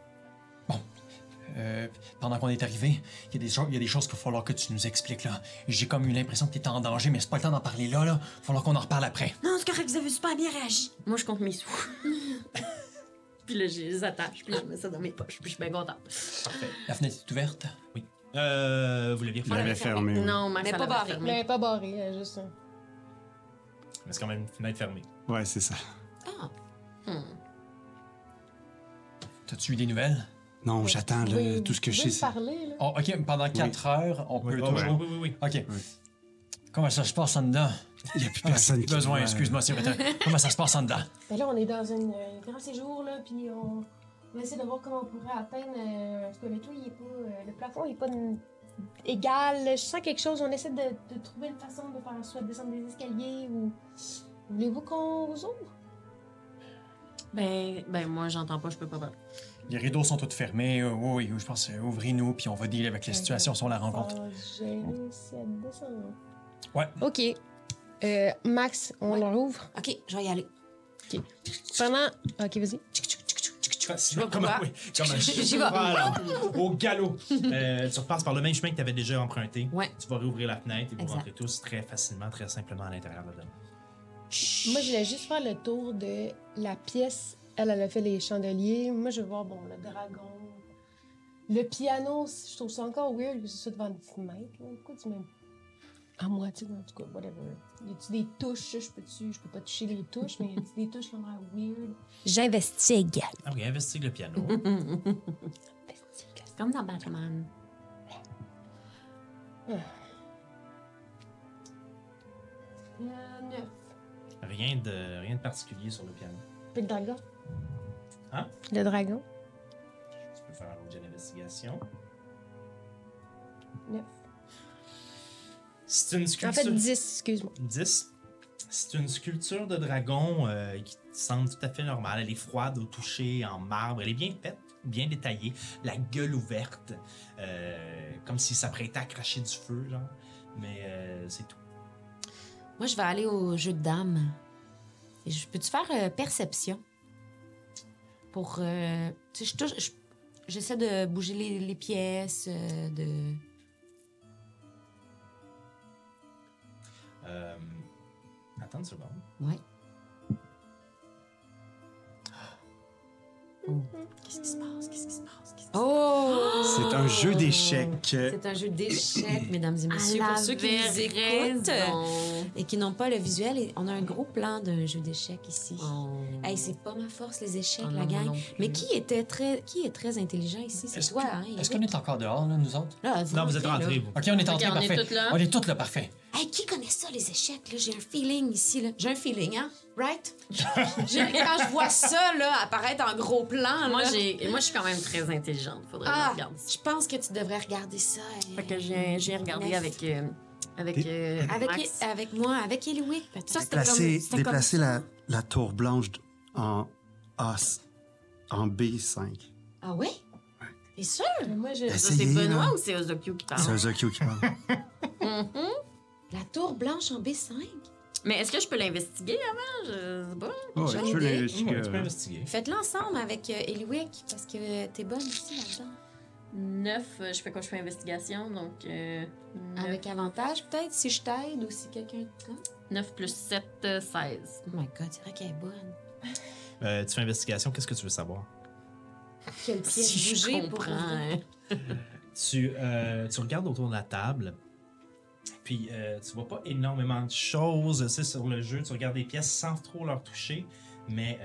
Pendant qu'on est arrivé, il y a des choses qu'il va falloir que tu nous expliques là. J'ai comme eu l'impression que t'étais en danger, mais c'est pas le temps d'en parler là. Il va falloir qu'on en reparle après. Non, c'est correct, vous avez super bien réagi. Moi, je compte mes sous. Puis là, je les attache, puis je mets ça dans mes poches, puis je suis bien contente. Parfait. La fenêtre est ouverte. Oui. Vous l'aviez Je l'avais fermé. Oui. Non, Max, Mais elle pas l'avait barré. fermé. Mais pas barré, juste... Mais c'est quand même une fenêtre fermée. Ouais, c'est ça. Ah. T'as-tu eu des nouvelles? Non, j'attends là, tout ce que je sais. c'est- parler, là. Oh, ok, pendant 4 heures, on peut toujours. Oui. Ok. Ok. Comment ça se passe en dedans? Il n'y a plus personne qui Besoin, voit. excuse-moi, c'est vrai. Comment ça se passe en dedans? Ben là, on est dans un grand séjour, là, puis on va essayer de voir comment on pourrait atteindre... parce que le toit, il est pas... le plafond, il est pas égal. Je sens quelque chose, on essaie de trouver une façon de faire soit descendre des escaliers ou... Voulez-vous qu'on vous ouvre? Ben, moi, j'entends pas, je peux pas parler. Les rideaux sont tous fermés. Oui, je pense, ouvrez-nous, puis on va dealer avec la situation si on la rencontre. Gêné si elle descend. Ouais. OK. Max, on Ouais. leur ouvre? OK, je vais y aller. OK. Pendant... OK, vas-y. J'y vais. Voilà, au galop. Tu repasses par le même chemin que tu avais déjà emprunté. Ouais. Tu vas réouvrir la fenêtre et vous Exact. rentrez tous très facilement, très simplement à l'intérieur de là. Moi, je voulais juste faire le tour de la pièce. Elle a fait les chandeliers. Moi, je veux voir, bon, le dragon. Le piano, je trouve ça encore weird que ce soit devant une fenêtre. Là. Pourquoi tu mets à moitié, en tout cas, whatever. Y a-tu des touches? Je peux pas toucher les touches, mais y a-tu des touches qui ont l'air weird? J'investigue. Ah oui, investigue le piano. C'est comme dans Batman. 9. Rien de particulier sur le piano. Puis le dragon? Hein? Le dragon? Tu peux faire un autre jet d'investigation. 9. C'est une En sculpture... fait, 10, excuse-moi. 10. C'est une sculpture de dragon qui semble tout à fait normale. Elle est froide au toucher, en marbre. Elle est bien faite, bien détaillée. La gueule ouverte, comme s'il s'apprêtait à cracher du feu, genre. Mais c'est tout. Moi, je vais aller au jeu de dames. Et peux-tu faire perception? Pour... tu sais, j'essaie de bouger les pièces, de... Attends une seconde. Ouais. Qu'est-ce qui se passe? Qu'est-ce qui se passe? Oh! C'est un jeu d'échecs. C'est un jeu d'échecs, mesdames et messieurs. Pour ceux qui nous écoutent et qui n'ont pas le visuel, on a un gros plan d'un jeu d'échecs ici. Hey, c'est pas ma force, les échecs, la gang. Mais qui est très intelligent ici? C'est toi, hein? Est-ce qu'on est encore dehors, là, nous autres? Là, Non, vous êtes rentrés, vous. OK, on est entrés, on est parfait. toutes là. On est toutes là, parfait. Hey, qui connaît ça, les échecs? Là? J'ai un feeling ici. Là. J'ai un feeling, hein? Right? Quand je vois ça là, apparaître en gros plan, Moi, là, je suis quand même très intelligente. Faudrait que je Ah, regarde. je pense que tu devrais regarder ça. Fait que j'ai regardé Neuf. avec Avec moi, avec Eliwick, peut-être. Ça, c'était Déplacer la tour blanche en B5. Ah oui? T'es sûr? Moi, je... Ça, c'est Essayez, Benoît là. ou c'est Ozokyo qui C'est parle? Ozokyo qui parle. La tour blanche en B5? Mais est-ce que je peux l'investiguer avant? Je sais pas. Oh, Bonne tu peux idée. l'investiguer. Ouais, tu peux investiguer. Faites-le ensemble avec Eliwick, parce que t'es bonne aussi là-dedans. 9, je fais quoi? Je fais investigation, donc 9, Avec avantage, peut-être, si je t'aide ou si quelqu'un te prend. 9 plus 7, 16. Oh my God, c'est vrai qu'elle est bonne. Tu fais investigation, qu'est-ce que tu veux savoir? Quelle pièce Si je bouger pour comprends. ouvrir. Tu regardes autour de la table, puis tu vois pas énormément de choses. Tu sais, sur le jeu, tu regardes les pièces sans trop leur toucher, mais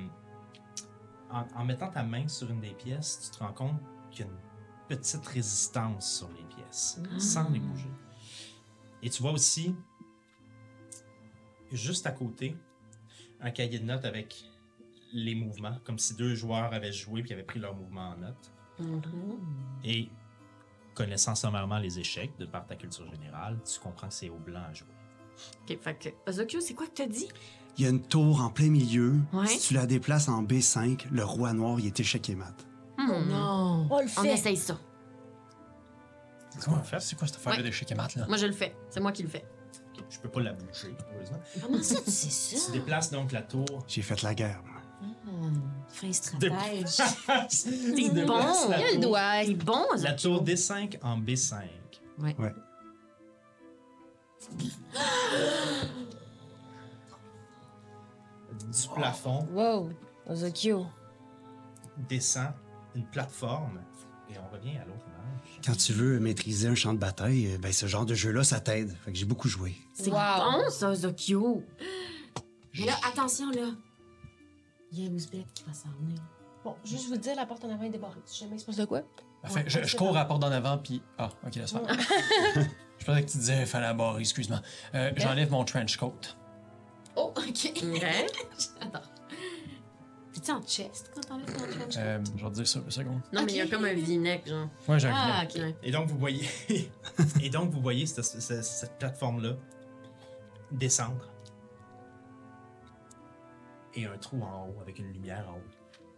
en mettant ta main sur une des pièces, tu te rends compte qu'il y a une petite résistance sur les pièces, sans les bouger. Et tu vois aussi, juste à côté, un cahier de notes avec les mouvements, comme si deux joueurs avaient joué puis avaient pris leur mouvement en note. Et connaissant sommairement les échecs, de par ta culture générale, tu comprends que c'est au blanc à jouer. Ok, fait que Ozokyo, c'est quoi que t'as dit? Il y a une tour en plein milieu. Ouais. Si tu la déplaces en B5, le roi noir, il est échec et mat. Non. On le On fait. essaye ça. C'est quoi cette affaire-là Ouais. d'échec et mat, là? Moi, je le fais. C'est moi qui le fais. Je peux pas la bouger, heureusement. Comment ça, tu sais Tu ça? déplaces donc la tour. J'ai fait la guerre, moi. Fin stratège. T'es bon! Il doit. T'es bon, La Ozokyo. tour D5 en B5. Ouais. Ouais. Du plafond Wow. Ozokyo. descend une plateforme et on revient à l'autre image. Quand tu veux maîtriser un champ de bataille, ben ce genre de jeu-là, ça t'aide. Fait que j'ai beaucoup joué. C'est Wow. bon, ça, Ozokyo. Mais là, attention, là. Il y a Ouzbek qui va s'en venir. Bon, juste vous dire, la porte en avant est débarrée. Si jamais il se passe de quoi? Parfait. Ouais, Je cours à la porte d'en avant, puis... Ah, OK, laisse faire. Je pensais que tu disais fallait la barrer, excuse-moi. J'enlève mon trench coat. Oh, OK. OK. J'adore. T'es-tu en chest quand t'enlèves ton trench? Je vais te dire ça une seconde. Non, mais il y a Ok. comme un v-neck, genre. Ouais, j'ai un Ah, client. OK. Et donc vous voyez, cette plateforme-là descendre. Et un trou en haut avec une lumière en haut.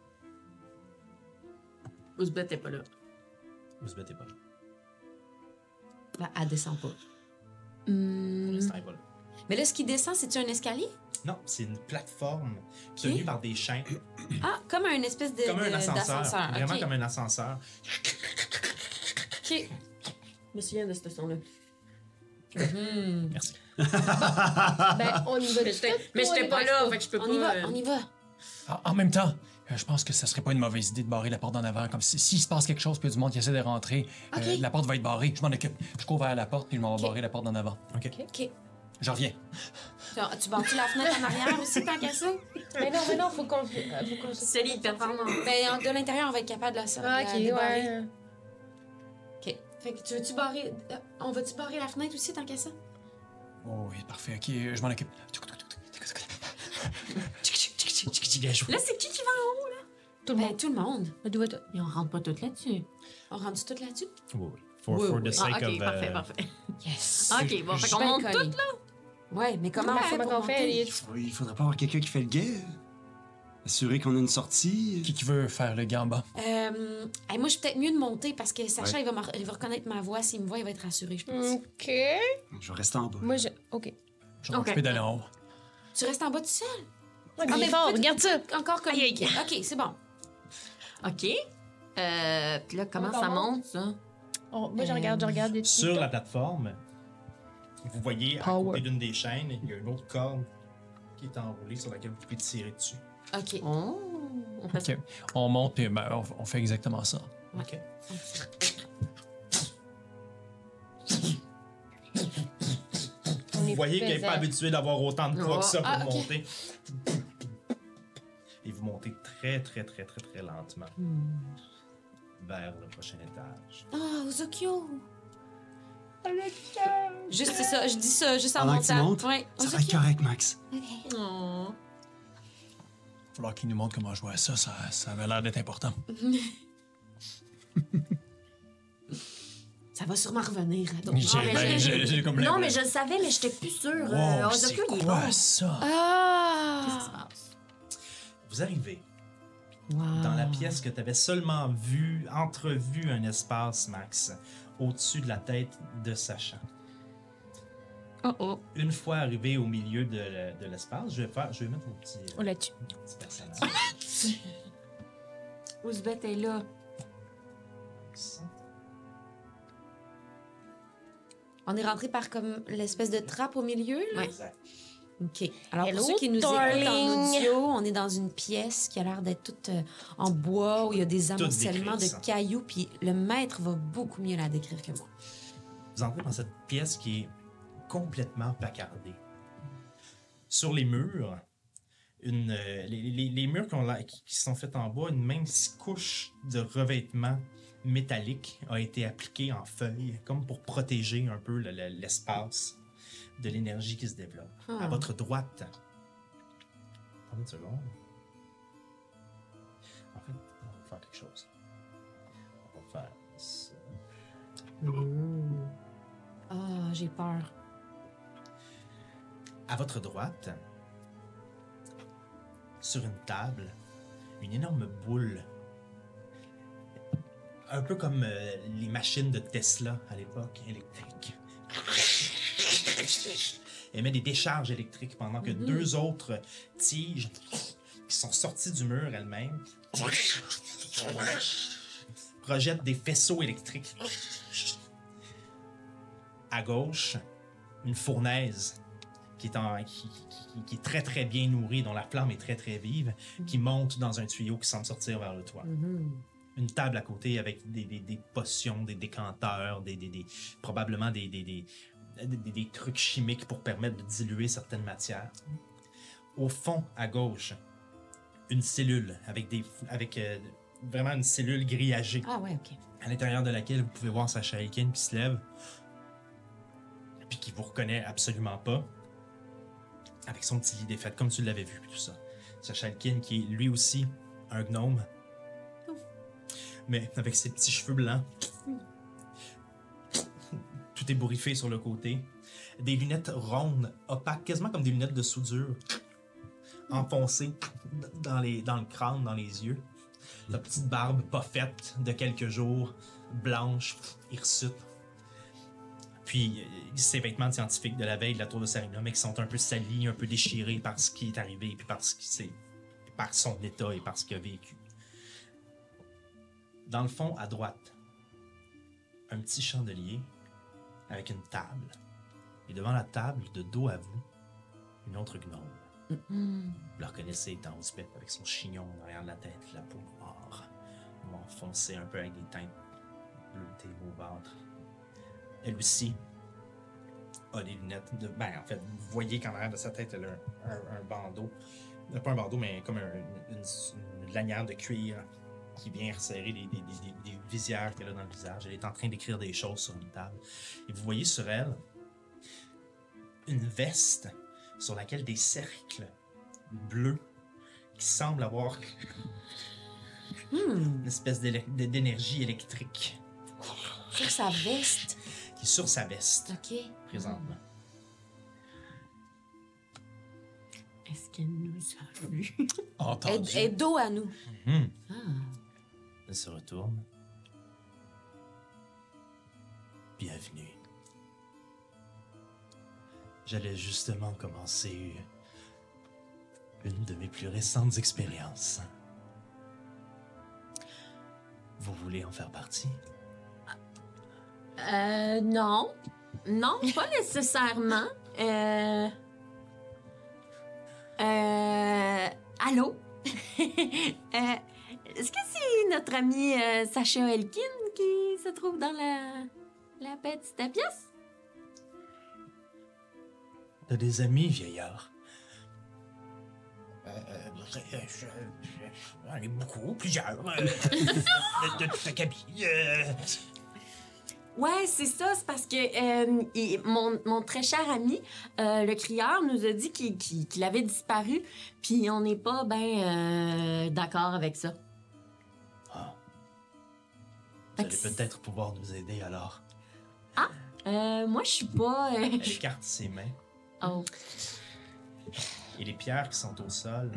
Ouzbek, t'es pas là. Vous êtes pas là. Ben, elle descend pas. Pour l'instant, elle est pas là. Mais là, ce qui descend, c'est-tu un escalier? Non, c'est une plateforme tenue par des chaînes, Ah, comme un espèce de comme un ascenseur. d'ascenseur. Vraiment Ok. comme un ascenseur. OK. Je me souviens de ce son-là. Merci. Ben, on y va Mais tout de suite, ou on j'étais y pas va là, pas? fait que je peux On pas. y va, on y va. En même temps, je pense que ça serait pas une mauvaise idée de barrer la porte d'en avant. Comme s'il se passe quelque chose, puis il y a du monde qui essaie de rentrer, Ok. la porte va être barrée. Je m'en occupe. Je cours vers la porte, puis je m'en vais barrer la porte d'en avant. OK. OK. Je reviens. Tu barres-tu la fenêtre en arrière aussi, tant qu'à ça? Mais non, faut qu'on se... Solide performance. Ben, de l'intérieur, on va être capable de la Ah, la ok, débarrer. ouais. OK. Fait que tu veux-tu barrer... on va-tu barrer la fenêtre aussi, tant qu'à ça? Oh oui, parfait. OK, je m'en occupe. Bien joué. Là, c'est qui va en haut? Tout le Ben, monde. tout le monde. On doit tout. Et on rentre pas toutes là-dessus. On rentre tout là-dessus? Oui, oui. For the Ah, sake ok, of... parfait, parfait. Yes. Ok, bon, fait Je suis qu'on bien monte collée. toutes, là? Ouais, mais comment on fait pour qu'on fait, monter? Elliot? Il faudrait pas avoir quelqu'un qui fait le guet. Assurer qu'on a une sortie. Qui veut faire le gant en bas? Hey, moi, je suis peut-être mieux de monter parce que Sacha, Ouais. il va reconnaître ma voix. S'il me voit, il va être rassuré, je pense. OK. Je vais rester en bas. Moi, je... OK. Je vais Ok. m'occuper d'aller en haut. Tu restes en bas tout seul? Ouais, Ah, mais fort, peut- regarde ça. Encore comme... Aïe, aïe. OK, c'est bon. OK. Puis là, comment On ça monte? monte, ça? Moi, je regarde. des Sur petits- la plateforme, vous voyez à Power. côté d'une des chaînes, il y a une autre corde qui est enroulée sur laquelle vous pouvez tirer dessus. OK. Oh, on fait ça. OK. On monte, puis ben, on fait exactement ça. OK. On Vous est voyez qu'elle n'est pesant. pas habituée d'avoir autant de poids que ça pour Ah, ok. monter. Et vous montez très, très, très, très, très lentement vers le prochain étage. Ah, Ozokyo! Juste, c'est ça, je dis ça, juste en Pendant que tu montant. montes, Ouais, Ça va être correct, Max. OK. Oh. Il va falloir qu'il nous montre comment jouer à ça. Ça avait l'air d'être important. Ça va sûrement revenir à d'autres. J'ai mais ben, j'ai comme Non, mais l'impression- je le savais, mais j'étais plus sûre. Wow, Ozokyo, c'est il est quoi bon. ça? Qu'est-ce qui se Ah! passe? Vous arrivez Wow. dans la pièce que tu avais seulement entrevu un espace, Max, au-dessus de la tête de Sacha. Oh oh. Une fois arrivé au milieu de l'espace, je vais mettre mon petit, On l'a tué. petit personnage. Ouzbeth est là. On est rentré par comme l'espèce de trappe au milieu, là? Ouais. Exact. OK. Alors, Hello, pour ceux qui nous darling. écoutent en audio, on est dans une pièce qui a l'air d'être toute en bois, où il y a des amoncellements de décrire ça. cailloux, puis le maître va beaucoup mieux la décrire que moi. Vous entrez dans cette pièce qui est complètement placardée. Sur les murs, les murs qui sont faits en bois, une mince couche de revêtement métallique a été appliquée en feuilles, comme pour protéger un peu l'espace de l'énergie qui se développe. Ah. À votre droite, attendez une seconde. En fait, on va faire quelque chose. On va faire ça. Ah, j'ai peur. À votre droite, sur une table, une énorme boule. Un peu comme les machines de Tesla à l'époque, électriques. Émet des décharges électriques pendant que deux autres tiges qui sont sorties du mur elles-mêmes projettent des faisceaux électriques. À gauche, une fournaise qui est très très bien nourrie, dont la flamme est très très vive, qui monte dans un tuyau qui semble sortir vers le toit. Une table à côté avec des potions, des décanteurs, probablement des trucs chimiques pour permettre de diluer certaines matières. Au fond, à gauche, une cellule avec vraiment une cellule grillagée, Ah ouais, OK. à l'intérieur de laquelle vous pouvez voir Sacha Elkin qui se lève, puis qui vous reconnaît absolument pas, avec son petit lit défait, comme tu l'avais vu, puis tout ça. Sacha Elkin qui est lui aussi un gnome, mais avec ses petits cheveux blancs. Tout est bourriffé sur le côté. Des lunettes rondes, opaques, quasiment comme des lunettes de soudure, enfoncées dans le crâne, dans les yeux. La petite barbe pas faite de quelques jours, blanche, hirsute. Puis ses vêtements scientifiques de la veille de la tour de Sarina, mais qui sont un peu salis, un peu déchirés par ce qui est arrivé, puis par son état et par ce qu'il a vécu. Dans le fond, à droite, un petit chandelier avec une table. Et devant la table, de dos à vous, une autre gnome. Vous la reconnaissez étant Ouzbeth avec son chignon derrière la tête, la peau noire, foncée un peu avec des teintes bleutées au ventre. Elle aussi a des lunettes. En fait, vous voyez qu'en arrière de sa tête, elle a un bandeau. Pas un bandeau, mais comme une lanière de cuir qui vient resserrer des visières qu'elle a dans le visage. Elle est en train d'écrire des choses sur une table. Et vous voyez sur elle une veste sur laquelle des cercles bleus qui semblent avoir une espèce d'énergie électrique Sur sa veste. qui est sur sa veste OK. présentement. Est-ce qu'elle nous a vus? Entendu. Elle est dos à nous. Elle se retourne. Bienvenue. J'allais justement commencer une de mes plus récentes expériences. Vous voulez en faire partie? Non. Non, pas nécessairement. Allô? Est-ce que c'est notre ami Sacha Elkin qui se trouve dans la petite pièce? T'as des amis, vieillard? J'en ai beaucoup, plusieurs. De toute la cabine. Ouais, c'est ça. C'est parce que mon très cher ami, le crieur, nous a dit qu'il avait disparu. Puis on n'est pas bien d'accord avec ça. Ah. Fait Vous que allez peut-être pouvoir nous aider alors. Moi, je suis pas... Elle écarte ses mains Oh. et les pierres qui sont au sol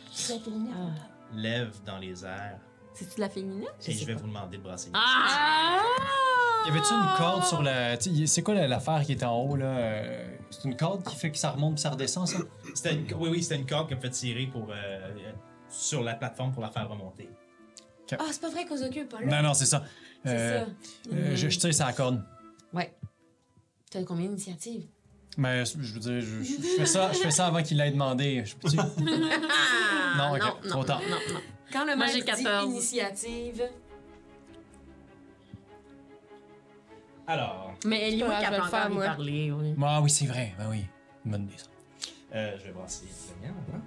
lèvent dans les airs. C'est-tu de la féminine? Et je vais vous demander de brasser. Ah! Y avait-tu une corde sur la. C'est quoi l'affaire qui est en haut, là? C'est une corde qui fait que ça remonte puis ça redescend, ça? Oui, c'était une corde qu'on fait tirer sur la plateforme pour la faire remonter. Ah, c'est pas vrai qu'Ozokyo est pas là. Non, c'est ça. C'est ça. Je tire sa corde. Ouais. T'as combien d'initiatives? Mais je veux dire, je fais ça avant qu'il l'ait demandé. Je peux-tu? Non, ok, trop tard. Non. Quand le Moi, maître j'ai dit 14. initiative... Alors, Mais Eliwick, Ouais, je elle vais peut le faire, encore y moi. parler. Oui. Ah oui, c'est vrai. Ben oui. Bonne idée, ça. je vais brasser le mien. Hein?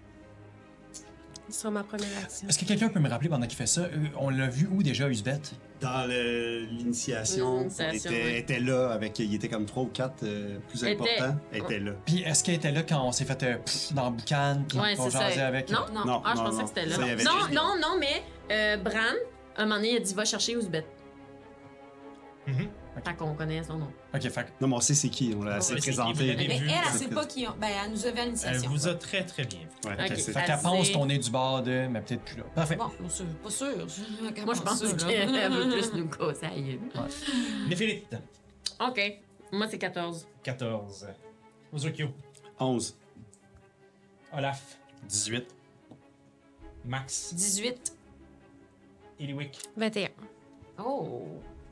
Ce sera ma première action. Est-ce que quelqu'un peut me rappeler pendant qu'il fait ça? On l'a vu où déjà, Usbeth? Dans l'initiation, L'initiation, il oui. était là avec. Il était comme 3 ou 4 plus Était- importants. Elle était là. Puis est-ce qu'elle était là quand on s'est fait dans le boucan, puis Ouais, qu'on c'est jasait ça. avec? Non? Non, Ah, je non, pensais non. que c'était là. Ça, il y avait Non, juste- non, mais Bran, à un moment donné, il a dit va chercher Ouzbeth. Mhm. Tant qu'on connaît son nom. Ok, fait Non, mais on sait c'est qui. On l'a assez Ouais, c'est qui, vous présenté. l'avez Mais vu, elle, ça. elle sait pas qui... Ben, elle nous avait à Elle l'initiation. vous a très très bien vu. Ouais, Ok. c'est- fait qu'elle Elle pense sait- qu'on est du bord de, mais peut-être plus là. Parfait. Bon, pas sûr. Moi, je pense qu'elle veut plus nous causer. Néphérite, OK. Moi, c'est 14. 14. Ozokyo, 11. Olaf, 18. Max, 18. Eliwick. 21. Oh.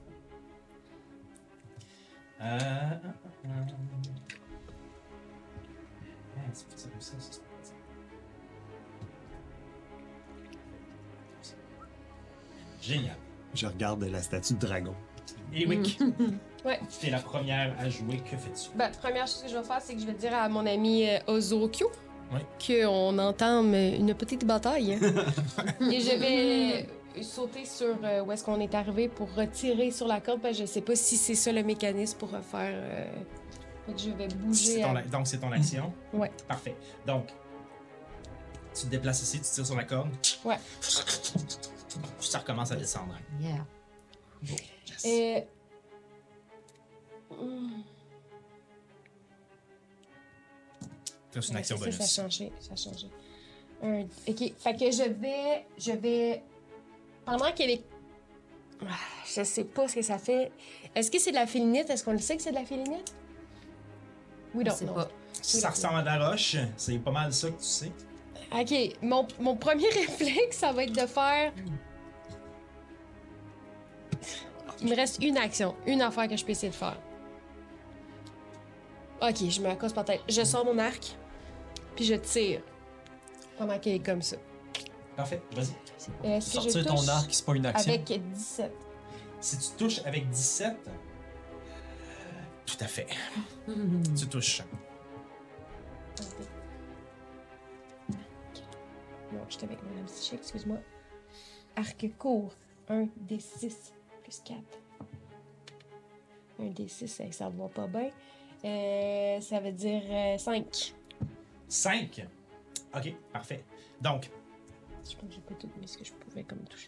C'est pas ça, c'est pas ça. Génial. Je regarde la statue de dragon. Eliwick, Ouais. tu es la première à jouer. Que fais-tu? Ben, première chose que je vais faire, c'est que je vais dire à mon ami Ozokyo Oui. qu'on entame une petite bataille. Et je vais sauter sur où est-ce qu'on est arrivé pour retirer sur la corde, parce que je sais pas si c'est ça le mécanisme pour refaire. Fait que je vais bouger. Donc, c'est ton action? Ouais. Parfait. Donc, tu te déplaces ici, tu tires sur la corde. Ouais. Ça recommence à descendre. Yeah. Et... Tu as une action Ouais, bonus. Ça a changé. Ok. Fait que je vais. Pendant qu'elle est Je sais pas ce que ça fait. Est-ce que c'est de la félinite? Est-ce qu'on le sait que c'est de la félinite? Oui, Je non. sais pas. Si ça ressemble à de la roche, c'est pas mal ça que tu sais. OK, mon premier réflexe, ça va être de faire... Il me reste une action, une affaire que je peux essayer de faire. OK, je me accoste par tête. Je sors mon arc, puis je tire. Pendant qu'elle est comme ça. Parfait, vas-y. Est-ce que je Sortir touche ton arc, c'est pas une action. avec 17? Si tu touches avec 17, tout à fait. Tu touches. Non, j'étais avec Madame Psychique, excuse-moi. Arc court, 1 des 6 plus 4. 1 des 6, ça va pas bien. Ça veut dire 5. 5. Ok, parfait. Donc, Je pense que j'ai pas tout mis ce que je pouvais comme toucher.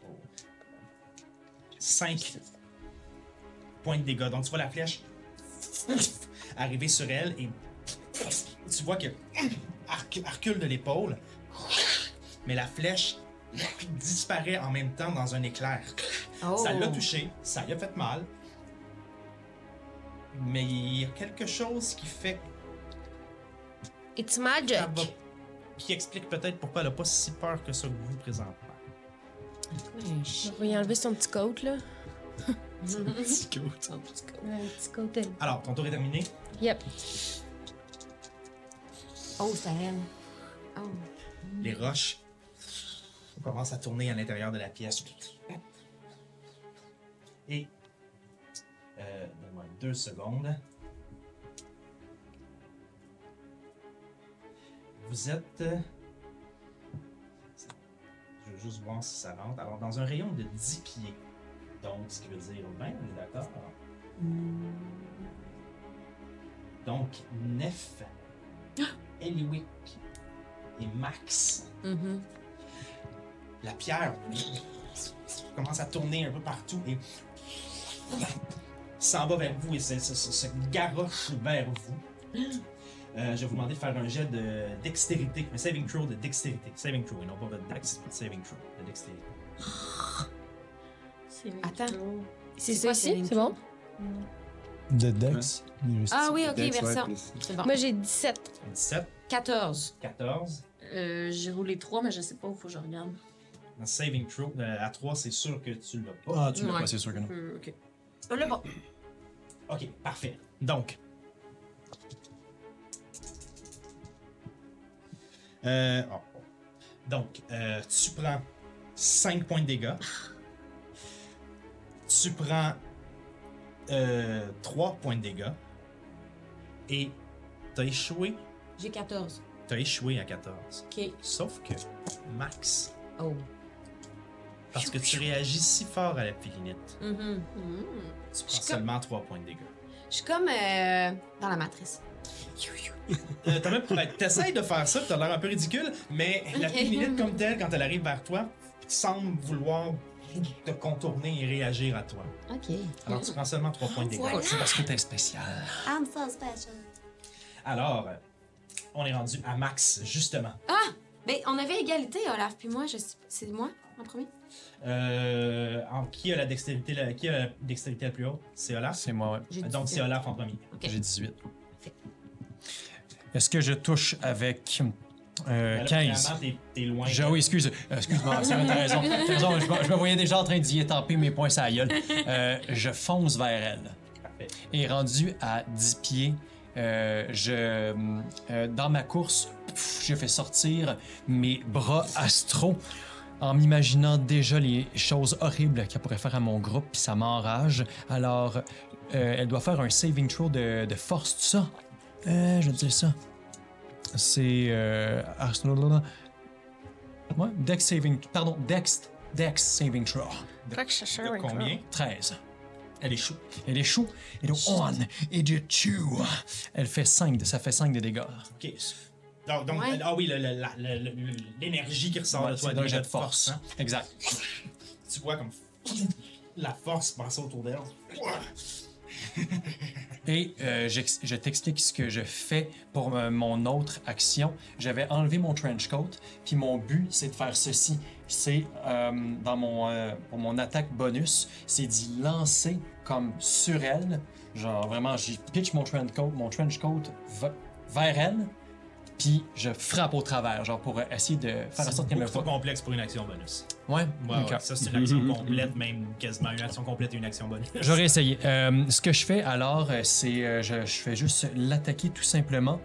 5 points de dégâts. Donc, tu vois la flèche arriver sur elle et tu vois que elle recule de l'épaule, mais la flèche disparaît en même temps dans un éclair. Oh. Ça l'a touché, ça lui a fait mal, mais il y a quelque chose qui fait It's magic! qu'elle va- qui explique peut-être pourquoi elle a pas si peur que ça que vous présentement. Je vais y enlever son petit coat, là. Petit coat. Un petit coat. Alors, ton tour est terminé. Yep. Oh, c'est à elle. Oh. Les roches commencent à tourner à l'intérieur de la pièce. Et, donne-moi 2 secondes. Vous êtes... je veux juste voir si ça rentre. Alors, dans un rayon de 10 pieds. Donc, ce qui veut dire 20, on est d'accord? Donc, Nef, Eliwick et Max. Mhm. La pierre commence à tourner un peu partout et s'en va vers vous et se garoche vers vous. Je vais vous demander de faire un jet de dextérité, un saving throw de dextérité. Saving throw, et non pas votre dex, mais saving throw de dextérité. Attends. C'est ça quoi, ici? C'est bon? De Dex. Ah oui, ok, Dex, ouais, version. plus. C'est bon. Moi, j'ai 17. 17, 14. 14. J'ai roulé 3, mais je sais pas où faut que je regarde. Dans saving throw, à 3, c'est sûr que tu l'as pas. Ah, tu l'as Ouais. pas, c'est sûr que non. Ok. Là, bon. Ok, parfait. Donc. Donc, tu prends 5 points de dégâts. Tu prends 3 points de dégâts. Et t'as échoué. J'ai 14. T'as échoué à 14. Ok. Sauf que, Max, Oh. parce que tu réagis si fort à la félinite, Mhm. tu prends suis seulement 3 points de dégâts. Je suis comme dans la matrice. T'essayes de faire ça, t'as l'air un peu ridicule, mais la Ok. félinite comme telle, quand elle arrive vers toi, semble vouloir te contourner et réagir à toi. Ok. Alors tu prends seulement 3 points de dégâts. Voilà. C'est parce que t'es spécial. I'm so special. Alors, on est rendu à Max, justement. Ben, on avait égalité, Olaf, puis moi, c'est moi en premier. Qui a la dextérité la plus haute? C'est Olaf? C'est moi, ouais. J'ai Donc 17. c'est Olaf en premier. Ok. J'ai 18. Parfait. Est-ce que je touche avec Là, 15? premièrement, t'es loin. Oui, excuse-moi, t'as raison. T'as raison, je me voyais déjà en train d'y étamper mes poings sur la gueule. Je fonce vers elle. Parfait. Et rendu à 10 pieds, dans ma course, je fais sortir mes bras astraux en m'imaginant déjà les choses horribles qu'elle pourrait faire à mon groupe, puis ça m'enrage. Alors, elle doit faire un saving throw de force, tout ça. Je vais te dire ça. C'est... Ouais, Dex saving... Pardon, Dex saving throw. De combien? 13. Elle échoue. Elle échoue. Et donc, on et de tue. Elle fait 5, ça fait 5 de dégâts. Ok. Donc Ouais. ah oui, l'énergie qui ressort de toi, c'est un des jet jets de force. hein. Exact. Tu vois comme la force passer autour d'elle. Et je t'explique ce que je fais pour mon autre action. J'avais enlevé mon trench coat, puis mon but, c'est de faire ceci. c'est pour mon attaque bonus, c'est d'y lancer comme sur elle. Genre vraiment, j'y pitch mon trench coat vers elle, puis je frappe au travers, genre pour essayer de faire en sorte qu'elle me C'est beaucoup voie. trop complexe pour une action bonus. Ouais, Ouais, ok. ouais, ça, c'est une action complète, même quasiment une action complète et une action bonus. J'aurais essayé. Ce que je fais alors, c'est je fais juste l'attaquer tout simplement.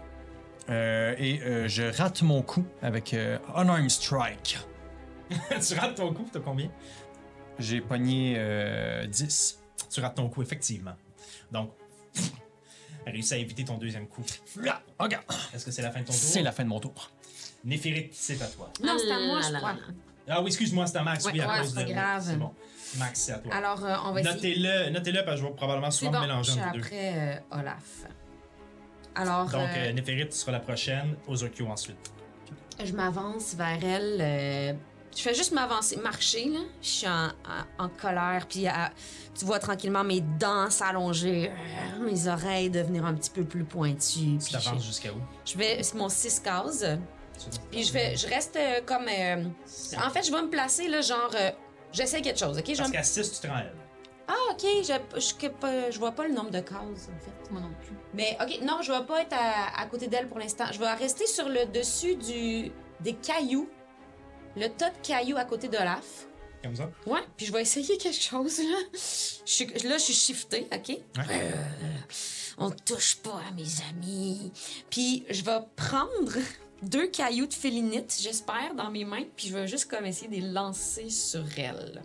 Je rate mon coup avec Unarmed Strike. Tu rates ton coup, t'as combien? J'ai pogné 10. Tu rates ton coup, effectivement. Donc, elle réussit à éviter ton deuxième coup. Là, regarde. Est-ce que c'est la fin de ton tour? C'est la fin de mon tour. Néphérite, c'est à toi. Non, c'est à moi, Ah je là crois. là. Ah oui, excuse-moi, c'est à Max, Ouais, oui, à ouais, cause c'est de... pas grave. C'est bon. Max, c'est à toi. Alors, on va essayer. Notez-le, parce que je vais probablement C'est souvent bon, me je mélanger suis entre les deux. après Olaf. Alors, Donc, Néphérite, tu seras la prochaine, Ozokyo ensuite. je m'avance vers elle. Je fais juste m'avancer, marcher, là. Je suis en colère, puis tu vois tranquillement mes dents s'allonger, mes oreilles devenir un petit peu plus pointues. Tu puis t'avances jusqu'à où? je vais, c'est mon 6 cases. Puis je reste comme. En fait, je vais me placer, là, genre. J'essaie quelque chose, ok? Je vais Parce me- qu'à 6, tu te rends à elle. Ah, ok, je vois pas le nombre de cases, en fait. Moi non plus. Mais, ok, non, je vais pas être à côté d'elle pour l'instant. Je vais rester sur le dessus des cailloux. Le tas de cailloux à côté d'Olaf. Comme ça? Ouais, puis je vais essayer quelque chose, là. Là, je suis shiftée, ok? On touche pas à mes amis. Puis je vais prendre 2 cailloux de félinite, j'espère, dans mes mains, puis je vais juste comme essayer de les lancer sur elle.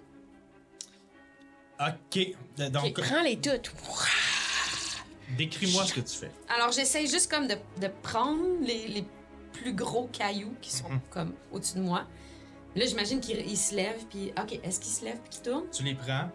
OK. Donc, Prends-les toutes. décris-moi ce que tu fais. Alors, j'essaie juste comme de prendre les plus gros cailloux qui sont comme au-dessus de moi. Là, j'imagine qu'il se lève, puis... OK, est-ce qu'il se lève puis qu'il tourne? Tu les prends.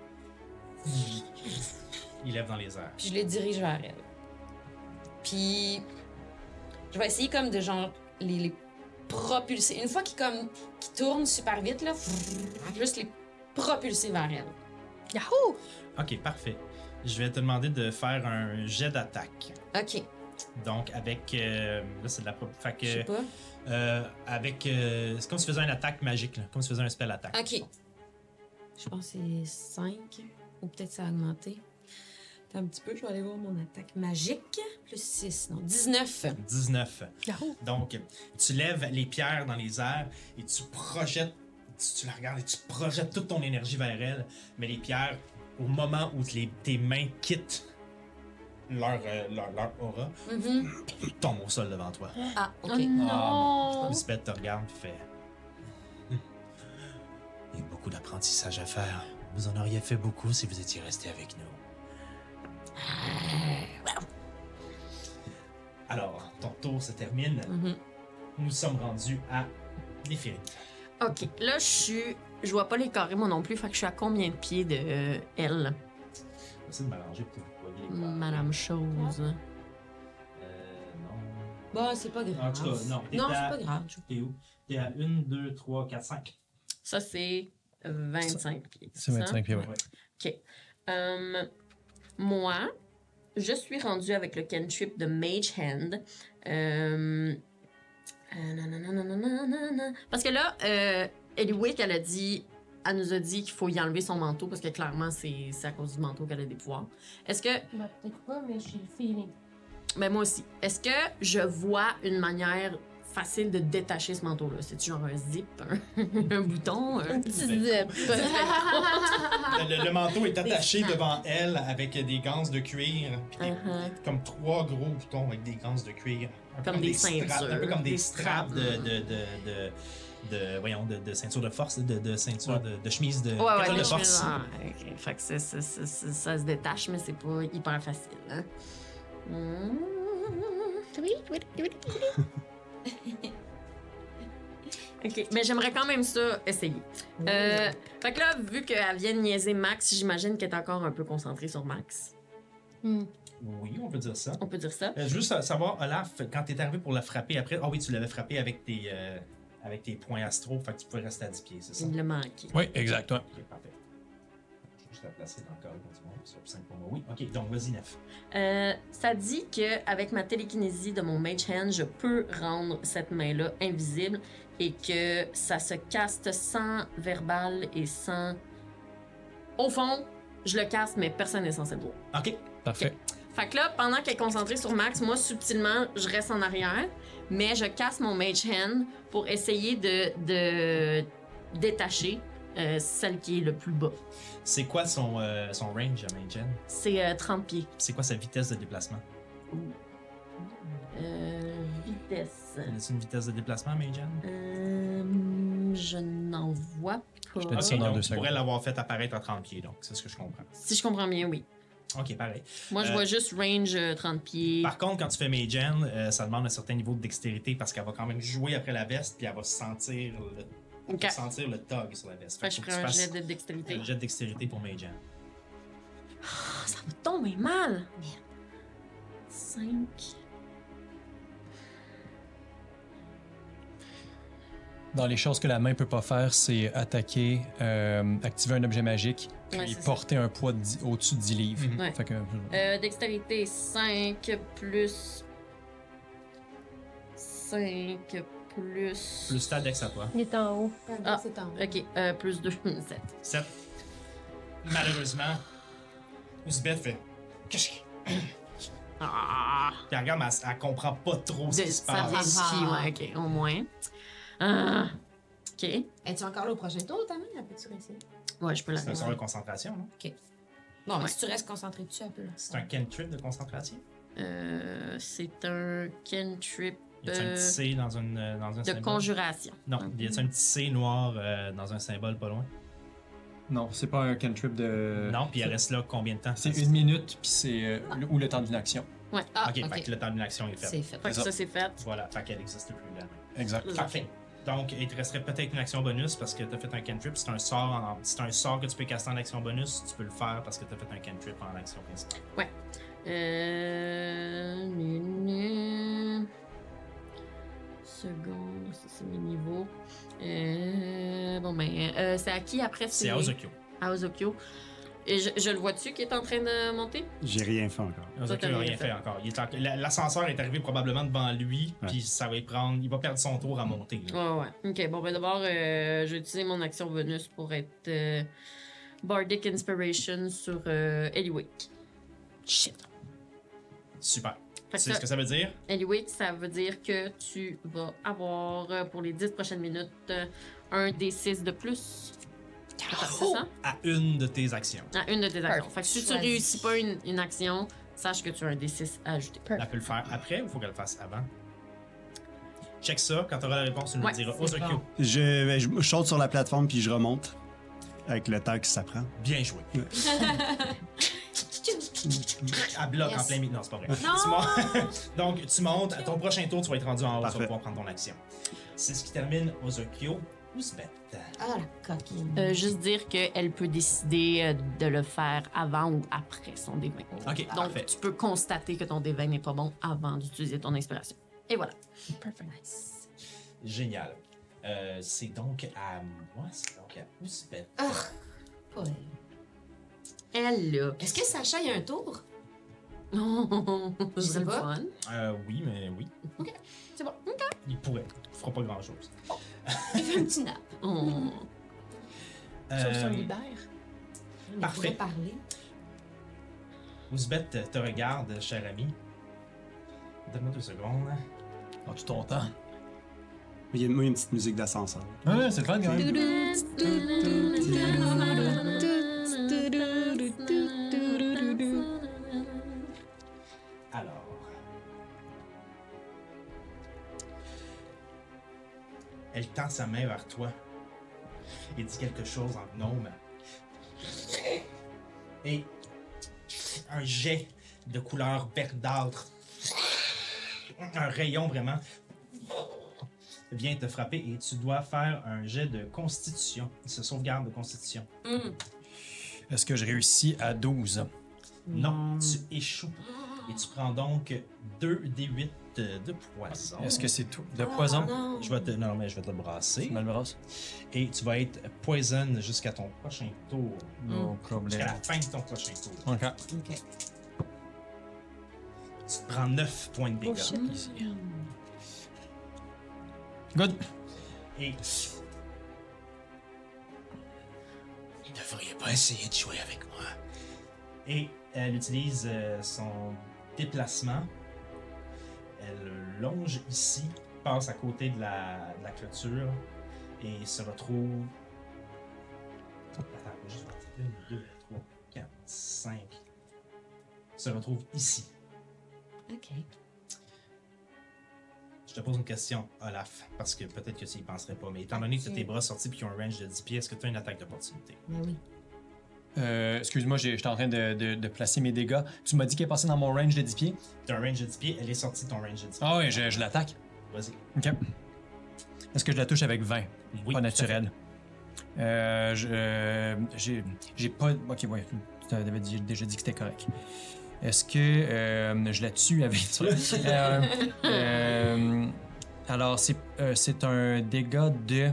Il lève dans les airs. Puis je les dirige vers elle. Puis je vais essayer comme de genre les propulser. Une fois qu'ils tournent super vite, là, juste les propulser vers elle. Yahoo! OK, parfait. Je vais te demander de faire un jet d'attaque. OK, Donc, avec... là, c'est de la... Fait je sais que... pas. C'est comme si tu faisais une attaque magique, là. Comme si tu faisais un spell attaque. OK. Je pense que c'est 5. Ou peut-être ça a augmenté. Attends un petit peu, je vais aller voir mon attaque magique. Plus 6, non, 19. 19. Yahoo! Donc, tu lèves les pierres dans les airs et tu projettes, tu la regardes et tu projettes toute ton énergie vers elle. Mais les pierres, au moment où tes mains quittent leur aura, tombent au sol devant toi. Ah, OK. Oh non! Lisbeth te regarde et fait... Il y a beaucoup d'apprentissage à faire. Vous en auriez fait beaucoup si vous étiez resté avec nous. Alors, ton tour se termine. Nous sommes rendus à Néphérite. OK, là, je vois pas les carrés, moi non plus, fait que je suis à combien de pieds de elle? Je vais essayer de m'arranger pour que vous voyez les carrés. Madame Chose. Non. Bon, c'est pas grave. En tout cas, non. Non, c'est pas grave. T'es où? T'es à 1, 2, 3, 4, 5. Ça, c'est 25 pieds. C'est 25 pieds, ouais. OK. Moi, je suis rendue avec le cantrip de Mage Hand. Nanana. Parce que là, Eliwick, elle nous a dit qu'il faut y enlever son manteau parce que clairement, c'est à cause du manteau qu'elle a des pouvoirs. Est-ce que... Ben, peut-être pas, mais j'ai le feeling. Ben moi aussi. Est-ce que je vois une manière facile de détacher ce manteau-là? C'est-tu genre un zip, un bouton? Un petit zip. Le manteau est attaché devant elle avec des ganses de cuir. Puis comme 3 gros boutons avec des ganses de cuir. Un peu Comme des straps, ceintures. un peu comme des Des straps straps. de ceinture de force, de ceinture de chemise de Ouais, ceinture de les force. chemises, ok. Fait que ça se détache, mais c'est pas hyper facile. Hein? Ok, mais j'aimerais quand même ça essayer. Fait que là, vu qu'elle vient de niaiser Max, j'imagine qu'elle est encore un peu concentrée sur Max. Oui, on peut dire ça. On peut dire ça. Juste savoir, Olaf, quand t'es arrivé pour la frapper après, ah oui, tu l'avais frappé avec tes points astro, fait que tu pouvais rester à 10 pieds, c'est ça? Il l'a manqué. Oui, exact, ouais. Ok, parfait. Je vais juste la placer dans le cadre, c'est plus simple pour moi. Oui, ok, donc vas-y, Nef. Ça dit qu'avec ma télékinésie de mon Mage Hand, je peux rendre cette main-là invisible et que ça se caste sans verbal et sans... Au fond, je le caste, mais personne n'est censé le voir. OK. Parfait. Fait que là, pendant qu'elle est concentrée sur Max, moi, subtilement, je reste en arrière, mais je casse mon Mage Hand pour essayer de détacher celle qui est le plus bas. C'est quoi son range à Magen? C'est 30 pieds. C'est quoi sa vitesse de déplacement? Vitesse. C'est une vitesse de déplacement, Magen? Je n'en vois pas. te dis Ok, ça dans donc 2 tu pourrais secondes. l'avoir fait apparaître à 30 pieds, donc c'est ce que je comprends. Si je comprends bien, oui. OK, pareil. Moi, je vois juste range 30 pieds. Par contre, quand tu fais Magen, ça demande un certain niveau de dextérité parce qu'elle va quand même jouer après la veste puis elle va sentir Ok. sentir le tog sur la veste. Fait que je faut ferai un tu fasses jet de dextérité. un jet de dextérité pour Magen. Ah, ça va tomber mal. 5. Dans les choses que la main peut pas faire, c'est attaquer, activer un objet magique, puis Ouais, c'est ça. porter un poids au-dessus de 10 livres. Mhm. Ouais. Fait que, Dextérité 5 plus. 5 plus. Plus ta dex à toi. Il est en haut. Ah, c'est en haut. Ok, plus 2, 7. 7. Malheureusement, Ouzbeth fait. Qu'est-ce qui. Ah! Puis elle regarde, mais elle comprend pas trop ce qui se Ça passe. vérifie, ouais, ok, au moins. Ah! Ok. Es-tu encore là au prochain tour, ta main? Elle peut-tu réussir? Ouais, je peux la C'est un sort de concentration, non? Bon, mais Ouais. si tu restes concentré dessus, elle peut là. C'est un cantrip de concentration? C'est un cantrip Y a-t-il un petit C dans un de symbole? conjuration. Non, y a-t-il un petit C noir dans un symbole pas loin? non, c'est pas un cantrip de. Non, puis elle reste là combien de temps? C'est 1 minute, puis c'est ou le temps d'une action. Ouais. Ah, Ok, fait que le temps d'une action est fait. C'est fait. Fait que ça. ça, c'est fait. Voilà, fait qu'elle n'existe plus là. Exact. Parfait. Donc, il te resterait peut-être une action bonus parce que tu as fait un cantrip. C'est un sort que tu peux caster en action bonus. Tu peux le faire parce que tu as fait un cantrip en action principale. Seconde, ça c'est mes niveaux. Bon ben, c'est à qui après? C'est à Ozokyo. À Ozokyo. Et je le vois-tu qui est en train de monter? J'ai rien fait encore. Ozokyo n'a rien fait encore. L'ascenseur est arrivé probablement devant lui, Ouais. puis ça va y prendre. Il va perdre son tour à monter. là. Ouais. Ok, bon ben d'abord, je vais utiliser mon action bonus pour être Bardic Inspiration sur Eliwick. Shit. Super. Fait que Tu sais ce que ça veut dire? Eliwick, ça veut dire que tu vas avoir pour les 10 prochaines minutes un D6 de plus. C'est ça? À une de tes actions. À une de tes actions. Perfect. Fait que si tu Choisis. réussis pas une action, sache que tu as un D6 à ajouter. Elle peut le faire après ou il faut qu'elle le fasse avant? Check ça. Quand tu auras la réponse, tu nous Ouais, le diras. c'est Ozokyo, bon. Je saute sur la plateforme puis je remonte avec le temps que ça prend. bien joué. Elle bloque Yes. en plein milieu. Non, c'est pas vrai. Non! Tu montes- Donc, tu montes. À ton prochain tour, tu vas être rendu en haut. Tu vas Parfait. pouvoir prendre ton action. C'est ce qui termine Ozokyo. Ouzbeth. Ah, la coquine. Juste dire qu'elle peut décider de le faire avant ou après son D20. OK, Donc, parfait. tu peux constater que ton D20 n'est pas bon avant d'utiliser ton inspiration. Et voilà. Nice. Génial. C'est donc à moi, c'est donc à Ouzbeth. Pas elle. Elle, là. Est-ce que Sacha, il y a un tour? Non, Je sais c'est pas. fun. Oui, mais oui. C'est bon. Il pourrait. Il fera pas grand-chose. Il fait un petit nap. Oh. Sauf sur Euh, l'hiver. Il Parfait. pourrait parler. Ouzbeth te regarde, cher ami. Donne-moi 2 secondes. Prends tout ton temps. Il y a une petite musique d'ascenseur. Ouais, c'est le fun quand même. Alors. Elle tend sa main vers toi et dit quelque chose en gnome. Et un jet de couleur verdâtre, un rayon vraiment, vient te frapper et tu dois faire un jet de constitution, de sauvegarde de constitution. Est-ce que je réussis à 12? Non, tu échoues et tu prends donc 2 D8 de poison. Est-ce que c'est tout? De poison? Non. Je vais te le brasser. Tu me le brasses? Et tu vas être poison jusqu'à ton prochain tour. No Jusqu'à problème. la fin de ton prochain tour. OK. Ok. Tu te prends 9 points de dégâts. Easy. Good. Et... Vous ne devriez pas essayer de jouer avec moi. Et elle utilise son déplacement. Elle longe ici, passe à côté de la clôture et se retrouve... Attends, je vais juste voir. 1, 2, 3, 4, 5. Se retrouve ici. OK. Je te pose une question, Olaf, parce que peut-être que tu y penserais pas, mais étant donné que tu as tes bras sortis et qu'ils ont un range de 10 pieds, est-ce que tu as une attaque d'opportunité? Ben oui. Excuse-moi, j'étais en train de placer mes dégâts. Tu m'as dit qu'elle est passée dans mon range de 10 pieds? Tu as un range de 10 pieds, elle est sortie de ton range de 10 pieds. Ah oui, je l'attaque. Vas-y. OK. Est-ce que je la touche avec 20? Oui, Pas tout à naturel. J'ai pas... Ok, ouais. Tu avais déjà dit que c'était correct. Est-ce que je la tue avec ça? Alors, c'est un dégât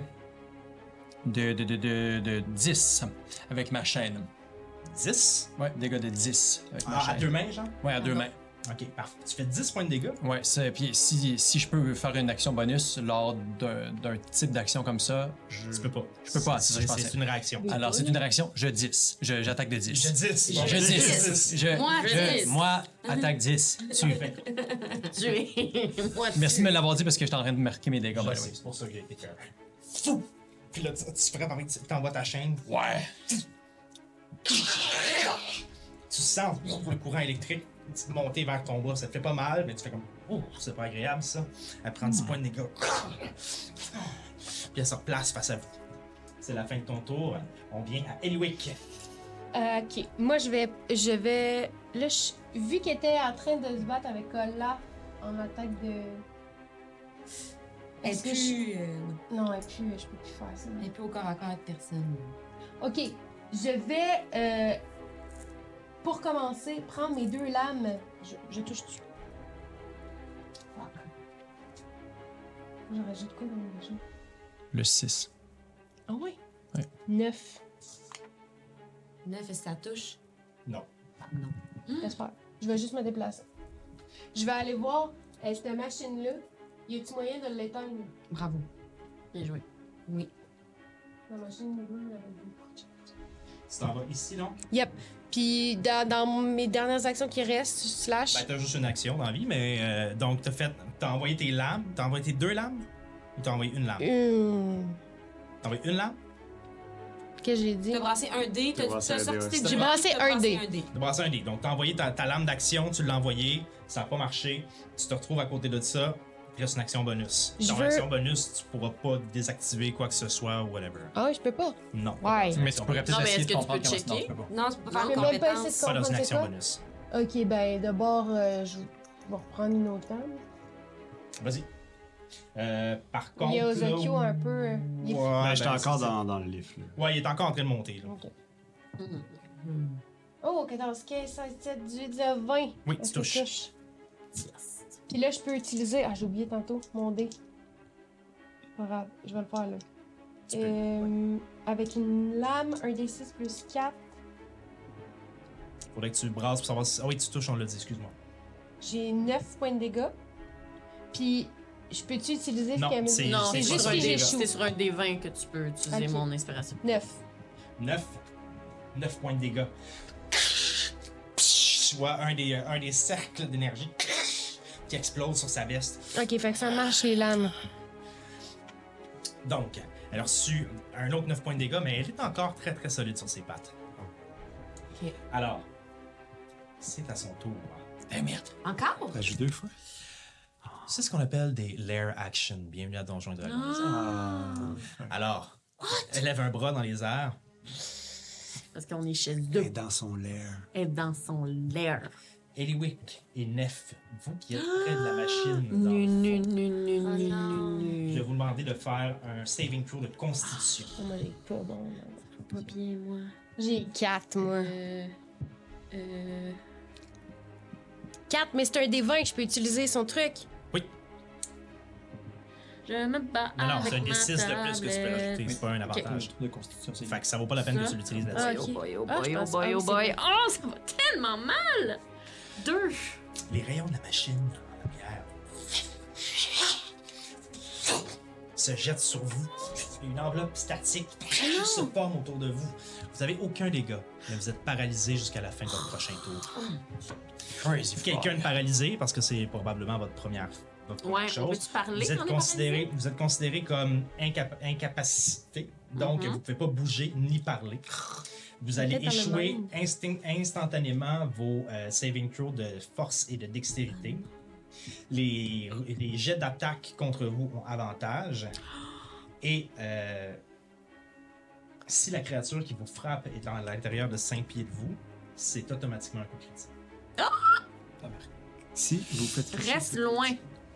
de 10 avec ma chaîne. 10? Ouais, dégât de 10 avec ma À chaîne. 2 mains, genre? Ouais, à 2 mains. Ok, parfait. Tu fais 10 points de dégâts? Ouais, puis si je peux faire une action bonus lors d'un type d'action comme ça, Tu peux pas. Je peux pas, c'est ça que je pensais. C'est une réaction. Alors, c'est une réaction, j'attaque de 10. Je 10. Je dix. Moi, attaque 10. Tu es. Moi, Merci de me l'avoir dit parce que j'étais en train de marquer mes dégâts. by the way. C'est pour ça que j'ai été cœur. Fou! Puis là, tu frappes avec... Tu envoies ta chaîne. Ouais. Tu sens le courant électrique monter vers ton bras. Ça te fait pas mal, mais tu fais comme... Oh, c'est pas agréable, ça. Elle prend 10 points de dégâts. Puis elle se replace face à vous. C'est la fin de ton tour. On vient à Eliwick. Ok. Moi, je vais. Là, vu qu'elle était en train de se battre avec Olaf en attaque de. Est-ce que Non, elle pue, je peux plus faire ça. elle est plus au corps à corps avec personne. Ok. Je vais. Pour commencer, prendre mes 2 lames. Je touche dessus. Fuck. J'aurais jeté de quoi dans mon jeu? Le 6. Ah oui? Ouais. 9. 9, est-ce que ça touche? Non. Non. J'espère. Je vais juste me déplacer. Je vais aller voir cette machine-là. Y a-t-il moyen de l'éteindre? Bravo. Bien joué. Oui. La machine de l'eau, elle avait beaucoup de choses. Tu t'en vas ici, non? Yep. Puis dans mes dernières actions qui restent, slash. Ben, t'as juste une action dans la vie, mais... donc, t'as envoyé tes lames. T'as envoyé tes 2 lames? Ou t'as envoyé une lame? T'as envoyé une lame? Qu'est-ce que j'ai dit? T'as brassé un dé, T'as brassé un dé, sorti ouais. tes J'ai dés, brassé t'as un dé. T'as brassé un dé. Donc, t'as envoyé ta lame d'action, tu l'as envoyé, ça n'a pas marché. Tu te retrouves à côté de ça, puis là, c'est une action bonus. Je Dans veux- l'action bonus, tu pourras pas désactiver quoi que ce soit ou whatever. Ah, je peux pas. Non. Ouais. C'est une Mais action tu pourrais bonus. peut-être Non, mais essayer est-ce de que tu comprendre peux comment checker? tu peux pas. Non, tu peux faire Je une peux même pas essayer de compétence. Pas dans comprendre une c'est action quoi. bonus. Ok, ben d'abord, je vais reprendre une autre lame. Vas-y. Par contre. Il y a Ozokyo là, un peu. Il est- Ouais, Ben, j'étais ben, encore c'est ça. dans le lift. Là. Ouais, il est encore en train de monter. Là. Ok. Oh, 14, 15, 16, 17, 18, 19, 20. Oui, tu Est-ce que touches. Yes. Puis là, je peux utiliser. Ah, j'ai oublié tantôt mon dé. Pas grave, je vais le faire là. Tu peux, Avec une lame, un D6 plus 4. Faudrait que tu brasses pour savoir si. Ah oui, tu touches, on l'a dit, excuse-moi. J'ai 9 points de dégâts. Puis, je peux-tu utiliser ce Non, qu'elle me c'est- dit? Non, c'est c'est juste sur un que dé- j'échoue. c'est sur un D20 que tu peux utiliser Ok. mon inspiration. 9. 9 points de dégâts. Tu vois un des cercles d'énergie qui explose sur sa veste. Ok, fait que ça marche les lames. Donc, elle a reçu un autre 9 points de dégâts, mais elle est encore très très solide sur ses pattes. Ok. Alors, c'est à son tour. Eh merde! Encore? T'as joué 2 fois? C'est ce qu'on appelle des lair action. Bienvenue à Donjons et Dragons. Alors, elle lève un bras dans les airs. Parce qu'on est chez Elle deux. est dans son lair. Elle est dans son lair. Eliwick et Nef, vous qui êtes près de la machine, dans Nu, le nu, fond, nu, nu, Oh nu, non. nu, je vais nu. vous demander de faire un saving throw de constitution. Moi, j'ai pas bon. Pas bien, moi. J'ai 4, moi. 4, mais c'est un D20 que je peux utiliser son truc. Je me bats Non, non, avec c'est un ma D6 de plus que tu peux tablette. rajouter, c'est pas un avantage. De constitution, c'est Fait que ça vaut pas la peine que tu l'utilises Ah, là-dessus. oh Ok. boy, oh Ah, boy, je oh pense- boy, ah, oh c'est boy. bon. Oh, ça va tellement mal! 2. Les rayons de la machine, la lumière, se jette sur vous. Une enveloppe statique se forme autour de vous. Vous avez aucun dégât, mais vous êtes paralysé jusqu'à la fin de votre prochain tour. Crazy Quelqu'un de paralysé, parce que c'est probablement votre première Ouais, on chose. peut-tu parler Vous êtes quand on est considéré comme incapacité, donc vous ne pouvez pas bouger ni parler. Vous allez Peut-être échouer dans instantanément vos saving throws de force et de dextérité. Les jets d'attaque contre vous ont avantage. Et si la créature qui vous frappe est à l'intérieur de 5 pieds de vous, c'est automatiquement un coup critique. Si vous faites... Reste loin.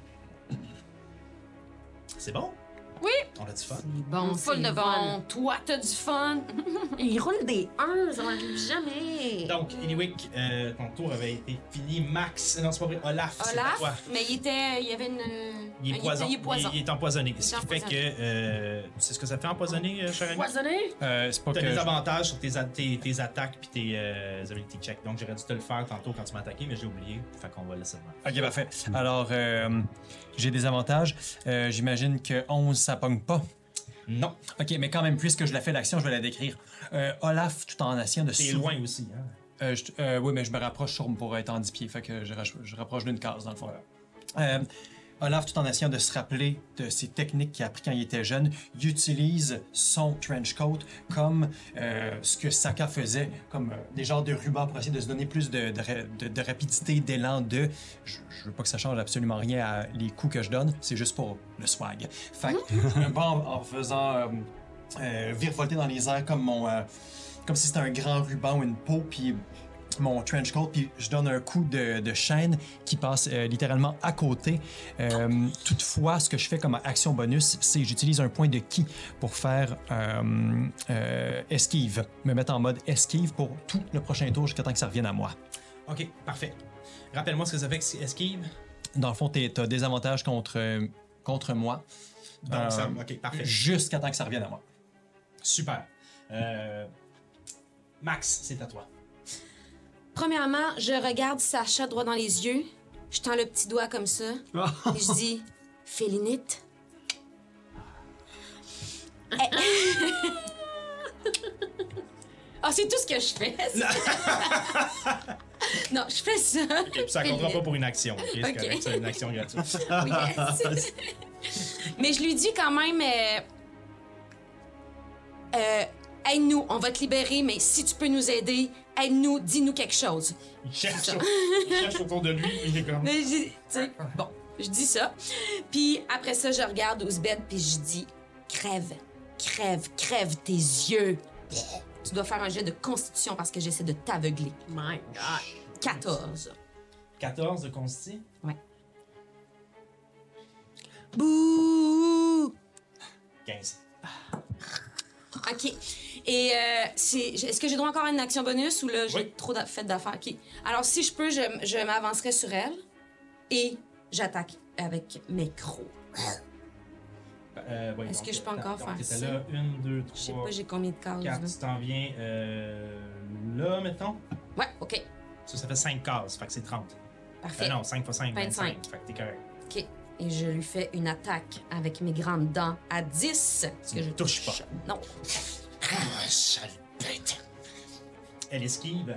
C'est bon? Oui. On a du fun. Bon, c'est full de bon. bon. Toi, t'as du fun. Il roule des 1, ça m'arrive jamais. Donc, Iniwick, ton tour avait été fini. Max, non, c'est pas vrai, Olaf, c'est à toi. Olaf, mais il y avait une... Il est poison. Il est poison. Il est empoisonné. Ce est qui fait que. Tu sais ce que ça fait empoisonner, cher ami? Poisonné? C'est pas T'as que. des avantages sur tes attaques puis tes ability checks. Donc, j'aurais dû te le faire tantôt quand tu m'as attaqué, mais j'ai oublié. Fait qu'on va laisser le même. Ok, parfait. Alors, j'ai des avantages. J'imagine que 11, ça pogne pas. Non, Ok, mais quand même, puisque je la fais l'action, je vais la décrire. Olaf, tout en essayant de t'es sou- loin aussi. Hein? Oui, mais je me rapproche pour être en 10 pieds, fait que je rapproche d'une case, dans le fond. Olaf, tout en essayant de se rappeler de ses techniques qu'il a appris quand il était jeune, il utilise son trench coat comme ce que Saka faisait, comme des genres de rubans pour essayer de se donner plus de rapidité, d'élan, de... Je veux pas que ça change absolument rien à les coups que je donne, c'est juste pour le swag. Fait que, en faisant virevolter dans les airs comme comme si c'était un grand ruban ou une peau, puis mon trench coat, puis je donne un coup de chaîne qui passe littéralement à côté. Toutefois, ce que je fais comme action bonus, c'est j'utilise un point de ki pour faire esquive, me mettre en mode esquive pour tout le prochain tour jusqu'à temps que ça revienne à moi. Ok, parfait. Rappelle-moi ce que ça fait que esquive. Dans le fond, t'as des avantages contre moi. Donc, ok, parfait. Jusqu'à temps que ça revienne à moi. Super. Max, c'est à toi. Premièrement, je regarde Sacha droit dans les yeux. Je tends le petit doigt comme ça. Et je dis, Félinite. Ah, c'est tout ce que je fais. Non, je fais ça. Ok, puis ça comptera pas pour une action. Ok, c'est Ok. correct, c'est une action gratuite. Yes. Mais je lui dis quand même, aide-nous, on va te libérer, mais si tu peux nous aider, aide-nous, dis-nous quelque chose. Il cherche autour de lui, il est comme. Mais tu sais, bon, je dis ça. Puis après ça, je regarde Ouzbed, puis je dis, crève, crève, crève tes yeux. Tu dois faire un jet de constitution parce que j'essaie de t'aveugler. My God. 14. 14 de consti. Ouais. Bouh! 15. OK. Et est-ce que j'ai droit encore à une action bonus ou là, j'ai Oui. trop fait d'affaires? OK. Alors, si je peux, je m'avancerai sur elle et j'attaque avec mes crocs. Ouais, Est-ce donc, que je peux encore donc, faire t'étais ça? là, 1, 2, Je sais 3, pas, j'ai combien de cases, 4. là? Tu t'en viens là, mettons. Ouais, OK. Ça fait 5 cases, fait que c'est 30. Parfait. Non, 5 x 5, 25. 25. Fait que t'es correct. OK. Et je lui fais une attaque avec mes grandes dents à 10. Parce que je touche pas. Non. Ah, sale bête. Elle esquive.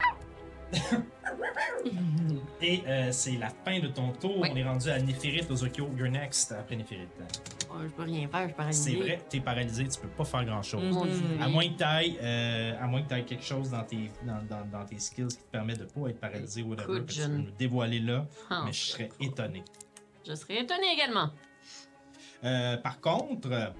Et c'est la fin de ton tour. Oui. On est rendu à Néphérite, Ozokyo. You're next après Néphérite. Je peux rien faire, je suis paralysée. C'est vrai, t'es paralysé, tu peux pas faire grand chose. Mon Dieu. À moins que t'ailles quelque chose dans tes skills qui te permet de pas être paralysé ou whatever, Écoute, que je tu peux ne- nous dévoiler là, Ah. mais je serais étonné. Je serais étonnée également. Par contre,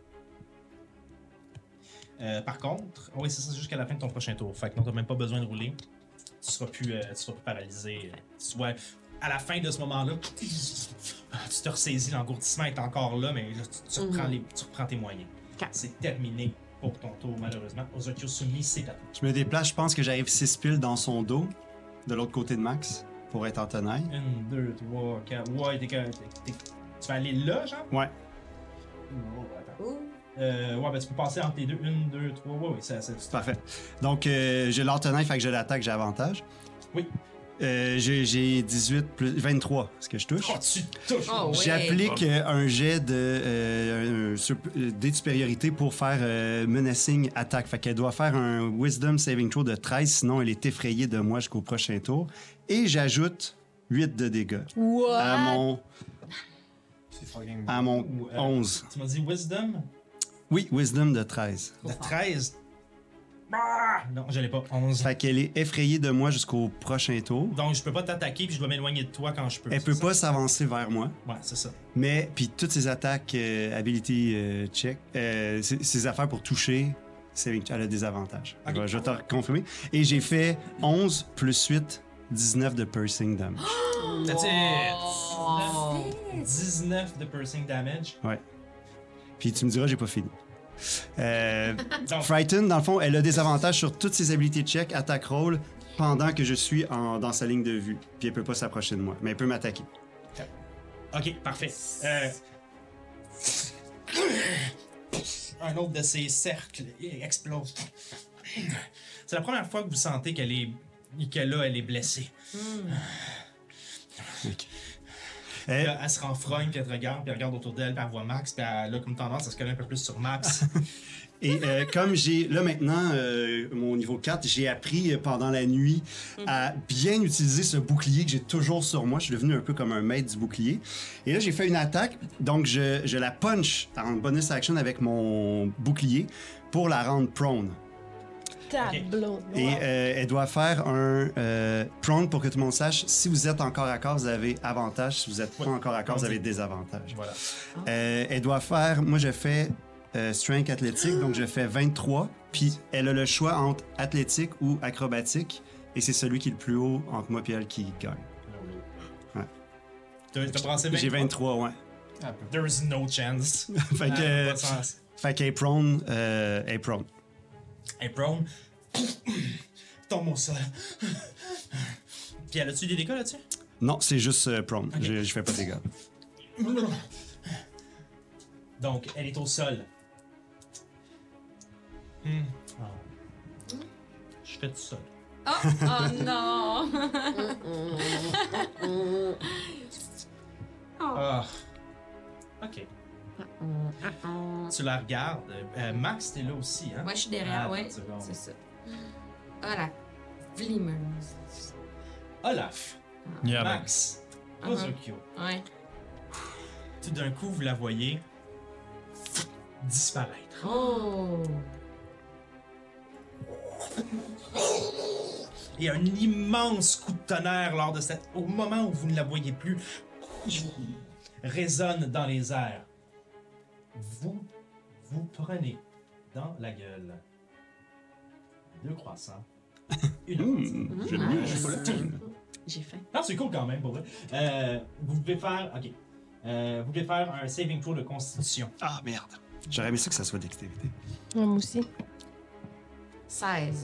oui, c'est ça, jusqu'à la fin de ton prochain tour. Fait que non, t'as même pas besoin de rouler. Tu seras plus paralysé. Tu vois, à la fin de ce moment-là, tu te ressaisis, l'engourdissement est encore là, mais là, tu reprends tes moyens. Ok. C'est terminé pour ton tour, malheureusement. Ozokyo Sumi, c'est à toi. Je me déplace, je pense que j'arrive 6 piles dans son dos, de l'autre côté de Max, pour être en tenaille. 1, 2, 3, 4. Ouais, tu vas aller là, genre? Ouais. Oh, attends. Ouh. Ouais, ben tu peux passer entre les deux. 1, 2, 3. Ouais, oui, c'est Parfait. Donc, j'ai l'entenaille, fait que je l'attaque, j'ai avantage. Oui. J'ai 18 plus 23, ce que je touche. Oh, tu touches! Oh, ouais. J'applique un jet de dé de supériorité pour faire menacing attaque. Fait qu'elle doit faire un Wisdom Saving Throw de 13, sinon elle est effrayée de moi jusqu'au prochain tour. Et j'ajoute 8 de dégâts What? à mon Ou, 11. Tu m'as dit Wisdom? Oui, Wisdom de 13. De 13? Ah! Non, je l'ai pas. 11. Fait qu'elle est effrayée de moi jusqu'au prochain tour. Donc, je peux pas t'attaquer puis je dois m'éloigner de toi quand je peux. Elle c'est peut ça? pas s'avancer vers moi. Ouais, c'est ça. Mais, puis toutes ses attaques, ability check, ses affaires pour toucher, elle a des avantages. Ok. Je vais te confirmer. Et j'ai fait 11 plus 8, 19 de piercing damage. That's it! 19 de piercing damage. Ouais. Puis tu me diras, j'ai pas fini. Donc, Frighten, dans le fond, elle a des avantages sur toutes ses ability check, attaque roll, pendant que je suis dans sa ligne de vue. Puis elle peut pas s'approcher de moi, mais elle peut m'attaquer. ok, parfait. Un autre de ces cercles explose. C'est la première fois que vous sentez qu'elle est blessée. Elle se renfrogne, puis elle te regarde, puis elle regarde autour d'elle, puis elle voit Max, puis elle a comme tendance à se coller un peu plus sur Max. Et comme j'ai, là maintenant, mon niveau 4, j'ai appris pendant la nuit à bien utiliser ce bouclier que j'ai toujours sur moi. Je suis devenu un peu comme un maître du bouclier. Et là, j'ai fait une attaque, donc je la punch en bonus action avec mon bouclier pour la rendre prone. Tableau. Et elle doit faire un prone pour que tout le monde sache, si vous êtes en corps à corps, vous avez avantage. Si vous êtes pas en corps à corps, vous avez désavantage. Voilà. Elle doit faire, moi je fais strength athlétique, donc je fais 23, puis elle a le choix entre athlétique ou acrobatique, et c'est celui qui est le plus haut entre moi et elle qui gagne. Ouais. T'as brassé 23? J'ai 23, ouais. There's no chance. Fait que, Pas de sens. fait qu'elle est prone, elle est prone. Hey, prone. Tombe au sol. Puis elle a-tu des dégâts là-dessus? Non, c'est juste prone. Je fais pas de dégâts. Donc, elle est au sol. Ah. Je fais tout seul. Oh non! Ah. Ok. Tu la regardes. Max, t'es là aussi, hein? Moi, je suis derrière, Ah, ouais. attends une seconde. C'est ça. Ah, la vlimeuse. Olaf, Yeah, ben, Max, Ozokyo. Ouais. Tout d'un coup, vous la voyez disparaître. Oh! Et un immense coup de tonnerre au moment où vous ne la voyez plus résonne dans les airs. Vous prenez dans la gueule 2 croissants, une rôtie. J'aime mieux, je suis pas là. J'ai faim. Non, c'est cool quand même, pour vrai. Vous pouvez faire... OK. Vous pouvez faire un saving throw de constitution. Ah, merde. J'aurais aimé ça que ça soit dextérité. Moi aussi. 16.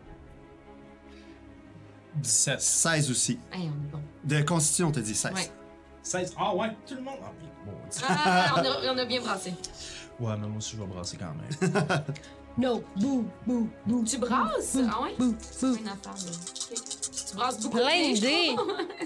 17. 16 aussi. Hey, on est bon. De constitution, on t'a dit 16. Ouais. 16. Ah ouais, tout le monde... Ah, oui. Bon, Ah, on a bien brassé. ouais, mais moi aussi, je vais brasser quand même. No. Bouh, bouh, bouh. Tu brasses? Ah ouais? Bouh, C'est bouh. une affaire, là. Ok. Tu brasses beaucoup Plein de d'idées.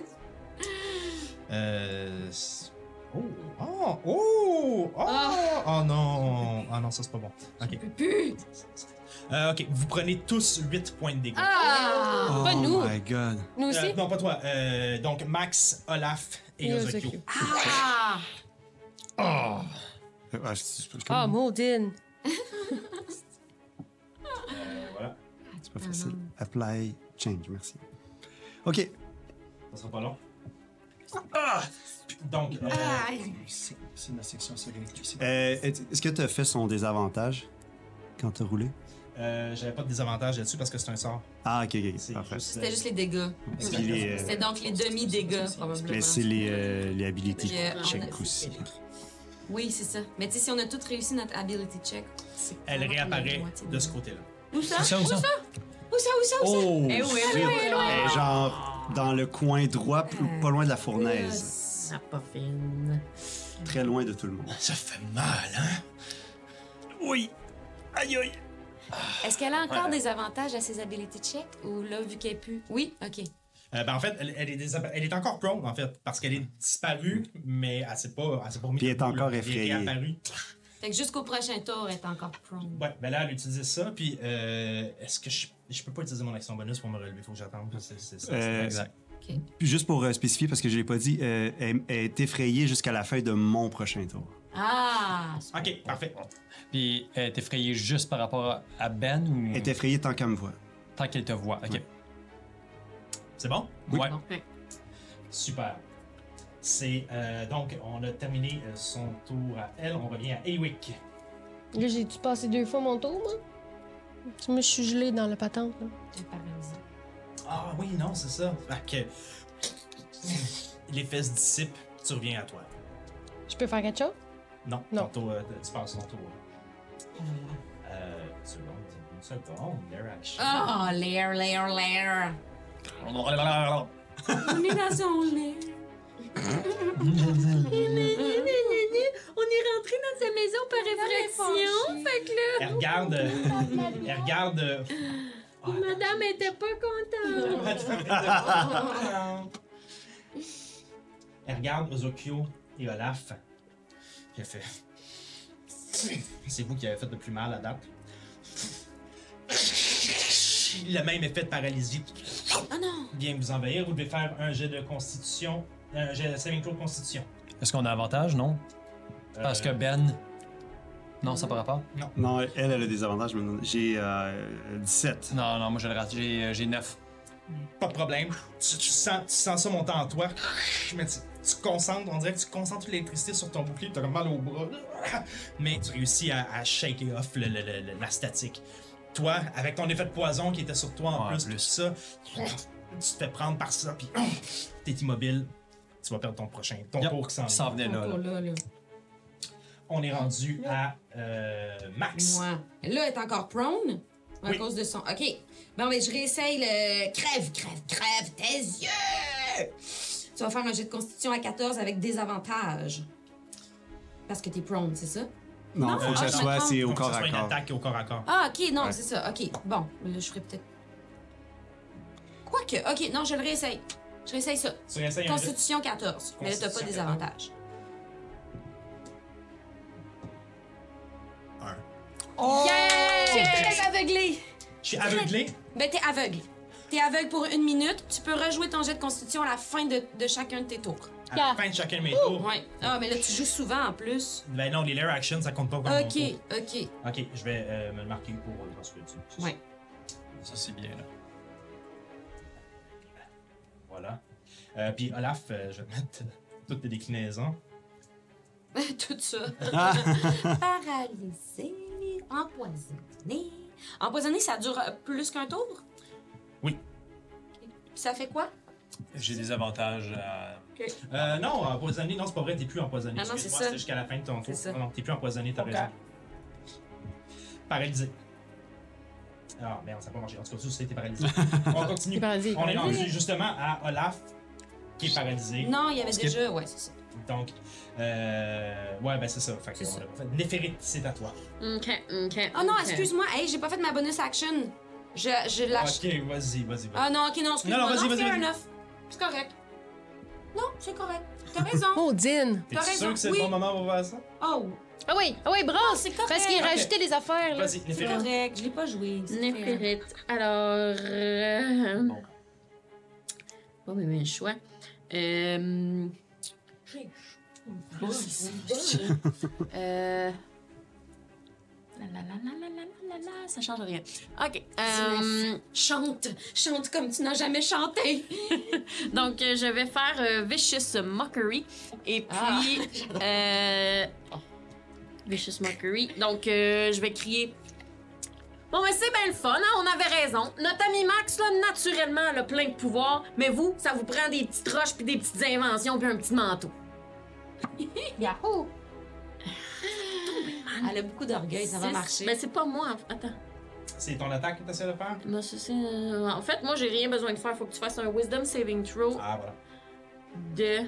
Oh! Oh! Oh! Oh! Oh non! Ah non, ça c'est pas bon. Ok. Plus! Ok, vous prenez tous 8 points de dégâts. Ah! Pas nous. Oh my god. Nous aussi? Non, pas toi. Donc Max, Olaf et Et Ozokyo. Ozokyo. Ah! Ah, Ah, Maudine. Voilà. c'est pas facile. Apply, change, merci. OK. Ça sera pas long. Ah! Donc, Aïe! C'est la section sécurité. Est-ce que tu as fait son désavantage quand tu as roulé? j'avais pas de désavantage là-dessus parce que c'est un sort. Ah, ok, C'est parfait. juste, C'était juste les dégâts. Puis les, C'était donc les demi-dégâts, probablement. mais c'est les ability Puis, check aussi. Oui, c'est ça. Mais tu sais, si on a tous réussi notre ability check, c'est Elle vraiment comme la réapparaît moitié de ce côté-là. Où ça? Où ça? Où ça? Où ça? Oh! Eh oui, shit. oui, oui, oui. Elle est genre dans le coin droit, pas loin de la fournaise. Ah, pas fine. Très loin de tout le monde. Ça fait mal, hein? Oui! Aïe aïe! Est-ce qu'elle a encore des avantages à ses ability checks? Ou là, vu qu'elle est plus... Oui? OK. En fait, elle est encore prone, en fait, parce qu'elle est disparue, mais elle s'est pas remise. Puis elle est debout, encore là. effrayée. Elle est réapparue. Fait que jusqu'au prochain tour, elle est encore prone. Ouais, ben là, elle utilise ça, puis est-ce que je peux pas utiliser mon action bonus pour me relever? Faut que j'attende. C'est ça. Exact. Puis juste pour spécifier, parce que je l'ai pas dit, elle est effrayée jusqu'à la fin de mon prochain tour. Ah! Ok, parfait. Puis elle est effrayée juste par rapport à Ben ou Elle est effrayée tant qu'elle me voit. tant qu'elle te voit? Ok. C'est bon? Ouais. Ouais. Super. C'est donc, on a terminé son tour à elle. On revient à Ewick. Là, j'ai-tu passé 2 fois mon tour, moi? Moi, je suis gelée dans le patente, là. T'es paralysé. Ah oui, non, c'est ça. Fait que l'effet se dissipe, tu reviens à toi. Je peux faire quelque chose? Non, Non. tantôt, tu passes ton tour. Une seconde, l'air action. Oh, l'air. On est dans son l'air. On est rentré dans sa maison par effraction. Fait que là, Elle regarde. madame était pas contente. Elle regarde Ozokyo et Olaf. Puis elle fait. C'est vous qui avez fait le plus mal à date. Le même effet de paralysie Oh non! vient vous envahir. Vous devez faire un jet de constitution. Un jet de saving throw de constitution. Est-ce qu'on a avantage, non? Parce que Ben. Non, ça par rapport? Non, elle a des avantages, mais j'ai 17. Non, moi je le rate. J'ai 9. Pas de problème. Tu sens ça monter en toi. Mais tu concentres, on dirait que tu concentres l'électricité sur ton bouclier, tu as comme mal au bras. Mais tu réussis à shaker off la statique. Toi, avec ton effet de poison qui était sur toi en plus, tout ça, tu te fais prendre par ça, puis t'es immobile. Tu vas perdre ton tour qui s'en Ça vient. venait là. Là. On est rendu à Max. Moi. Là, elle est encore prone. À Oui. cause de son. OK. Bon, mais je réessaye le. Crève tes yeux! Tu vas faire un jet de constitution à 14 avec des avantages. Parce que t'es prone, c'est ça? Non, Non, faut que je ça me soit, trompe. c'est au Faut que ce corps soit à une corps. attaque au corps à corps. Ah, OK, non, Ouais. c'est ça. OK. Bon, là, je ferai peut-être. Quoique, OK, non, je le réessaye. Je réessaye ça. Tu réessayes un jet. Constitution 14. Mais là, t'as pas Constitution des 14. avantages. Un. Oh! Très aveuglé. Je suis aveuglé. Ben, t'es aveugle. T'es aveugle pour 1 minute. Tu peux rejouer ton jet de constitution à la fin de chacun de tes tours. À la fin de chacun de mes tours. Ouais. Ah, mais là, tu joues souvent en plus. Ben non, les lair actions, ça compte pas comme mon OK, tour. OK. Ok, je vais me le marquer pour transférer dessus. C'est Ouais. Ça, c'est bien, là. Voilà. Puis Olaf, je vais te mettre toutes tes déclinaisons. Tout ça. Paralysé, empoisonné. Empoisonné, ça dure plus qu'un tour? Oui. Puis ça fait quoi? J'ai des avantages à. Non, empoisonné, non, c'est pas vrai, t'es plus empoisonné. Ah non, c'est Excuse-moi, ça. c'était jusqu'à la fin de ton tour. C'est ça. Non, t'es plus empoisonné, t'as Ok. raison. Paralysé. Ah merde, ça n'a pas marché. En tout cas, tu sais, t'es paralysé. On continue. T'es paralysé. On est rendu justement à Olaf, qui est paralysé. Non, il y avait Skip. déjà... Ouais, c'est ça. Donc, ouais, ben c'est ça. Fait que C'est ça. on a fait Néphérite, c'est à toi. OK. Oh non, excuse-moi. Hey, j'ai pas fait ma bonus action. Je lâche... Ok, vas-y. Ah non, OK, non, excuse-moi. Non, vas-y, fair vas-y. enough. C'est correct. Non, c'est correct. T'as raison. Maudine! T'es T'as sûr raison, que c'est oui. le bon moment pour faire ça? Oh, Ah oui, brasse! c'est correct. Parce qu'il Ok. rajoutait des affaires, là. Vas-y, c'est Néphérite. correct. Je l'ai pas joué. c'est fair. Néphérite. Alors. Pas mes choix. Ça change rien. OK. Chante comme tu n'as jamais chanté. Donc, je vais faire Vicious Mockery. Et puis. Vicious Mockery. Donc, je vais crier. Bon, mais c'est bien le fun, hein? On avait raison. Notre ami Max, là, naturellement, elle a plein de pouvoirs. Mais vous, ça vous prend des petites roches, puis des petites inventions, puis un petit manteau. Yahoo! Elle a beaucoup d'orgueil, ça va C'est- marcher. Mais c'est pas moi. Attends. C'est ton attaque que tu essaies de faire? Moi, en fait, moi, j'ai rien besoin de faire. Faut que tu fasses un Wisdom Saving Throw Ah, voilà. de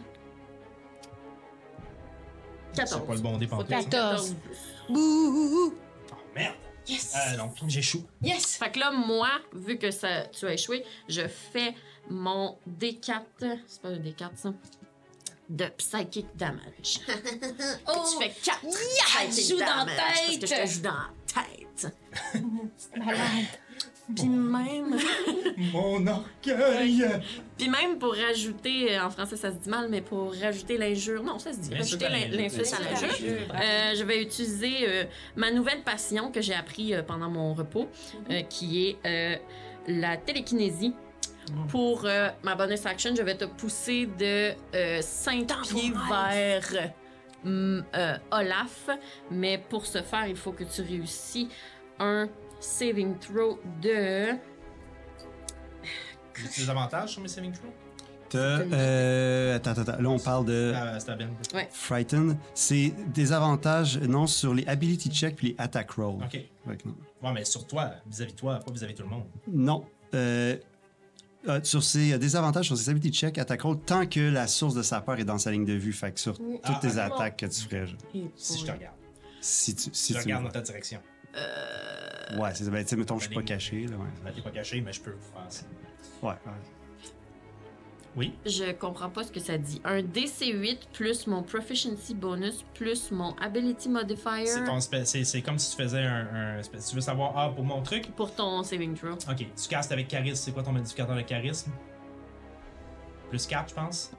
14. C'est pas le bon dé Faut pantoute. que tu aies 14. plus. Bouh! Oh, merde! Yes! Non, j'échoue. Yes! Fait que là, moi, vu que tu as échoué, je fais mon D4. C'est pas un D4, ça? De psychic damage. Oh! Tu fais 4 Yeah! psychic Joue dans la damage. Parce que je tête. te joue dans la tête. Malade. Puis même... Mon orgueil! Puis même pour rajouter, en français ça se dit mal, mais pour rajouter l'injure, non, ça se dit, L'insulte rajouter à l'injure. l'insulte à l'injure, je vais utiliser ma nouvelle passion que j'ai appris pendant mon repos, qui est la télékinésie. Pour ma bonus action, je vais te pousser de 5 pieds vers Olaf, mais pour ce faire, il faut que tu réussis un saving throw de... J'ai des avantages sur mes saving throws? Attends. Là, on parle de C'était bien. Frighten. C'est des avantages, non, sur les ability checks puis les attack rolls. OK. Fait que non. Ouais, mais sur toi, vis-à-vis de toi, pas vis-à-vis de tout le monde. Non. Sur ses désavantages sur ses ability checks, attack roll, tant que la source de sa peur est dans sa ligne de vue. Fait que sur toutes tes attaques que tu ferais, Si je te regarde. si tu Si je regarde dans ta direction. Ouais, c'est ben, tu sais, mettons, je suis pas caché, là, ouais. Ben, t'es pas caché, mais je peux vous faire ça. Ouais. Oui? Je comprends pas ce que ça dit. Un DC8 plus mon proficiency bonus plus mon ability modifier C'est comme si tu faisais tu veux savoir, pour mon truc? pour ton saving throw. Ok, tu castes avec charisme. C'est quoi ton modificateur de charisme? Plus 4, je pense.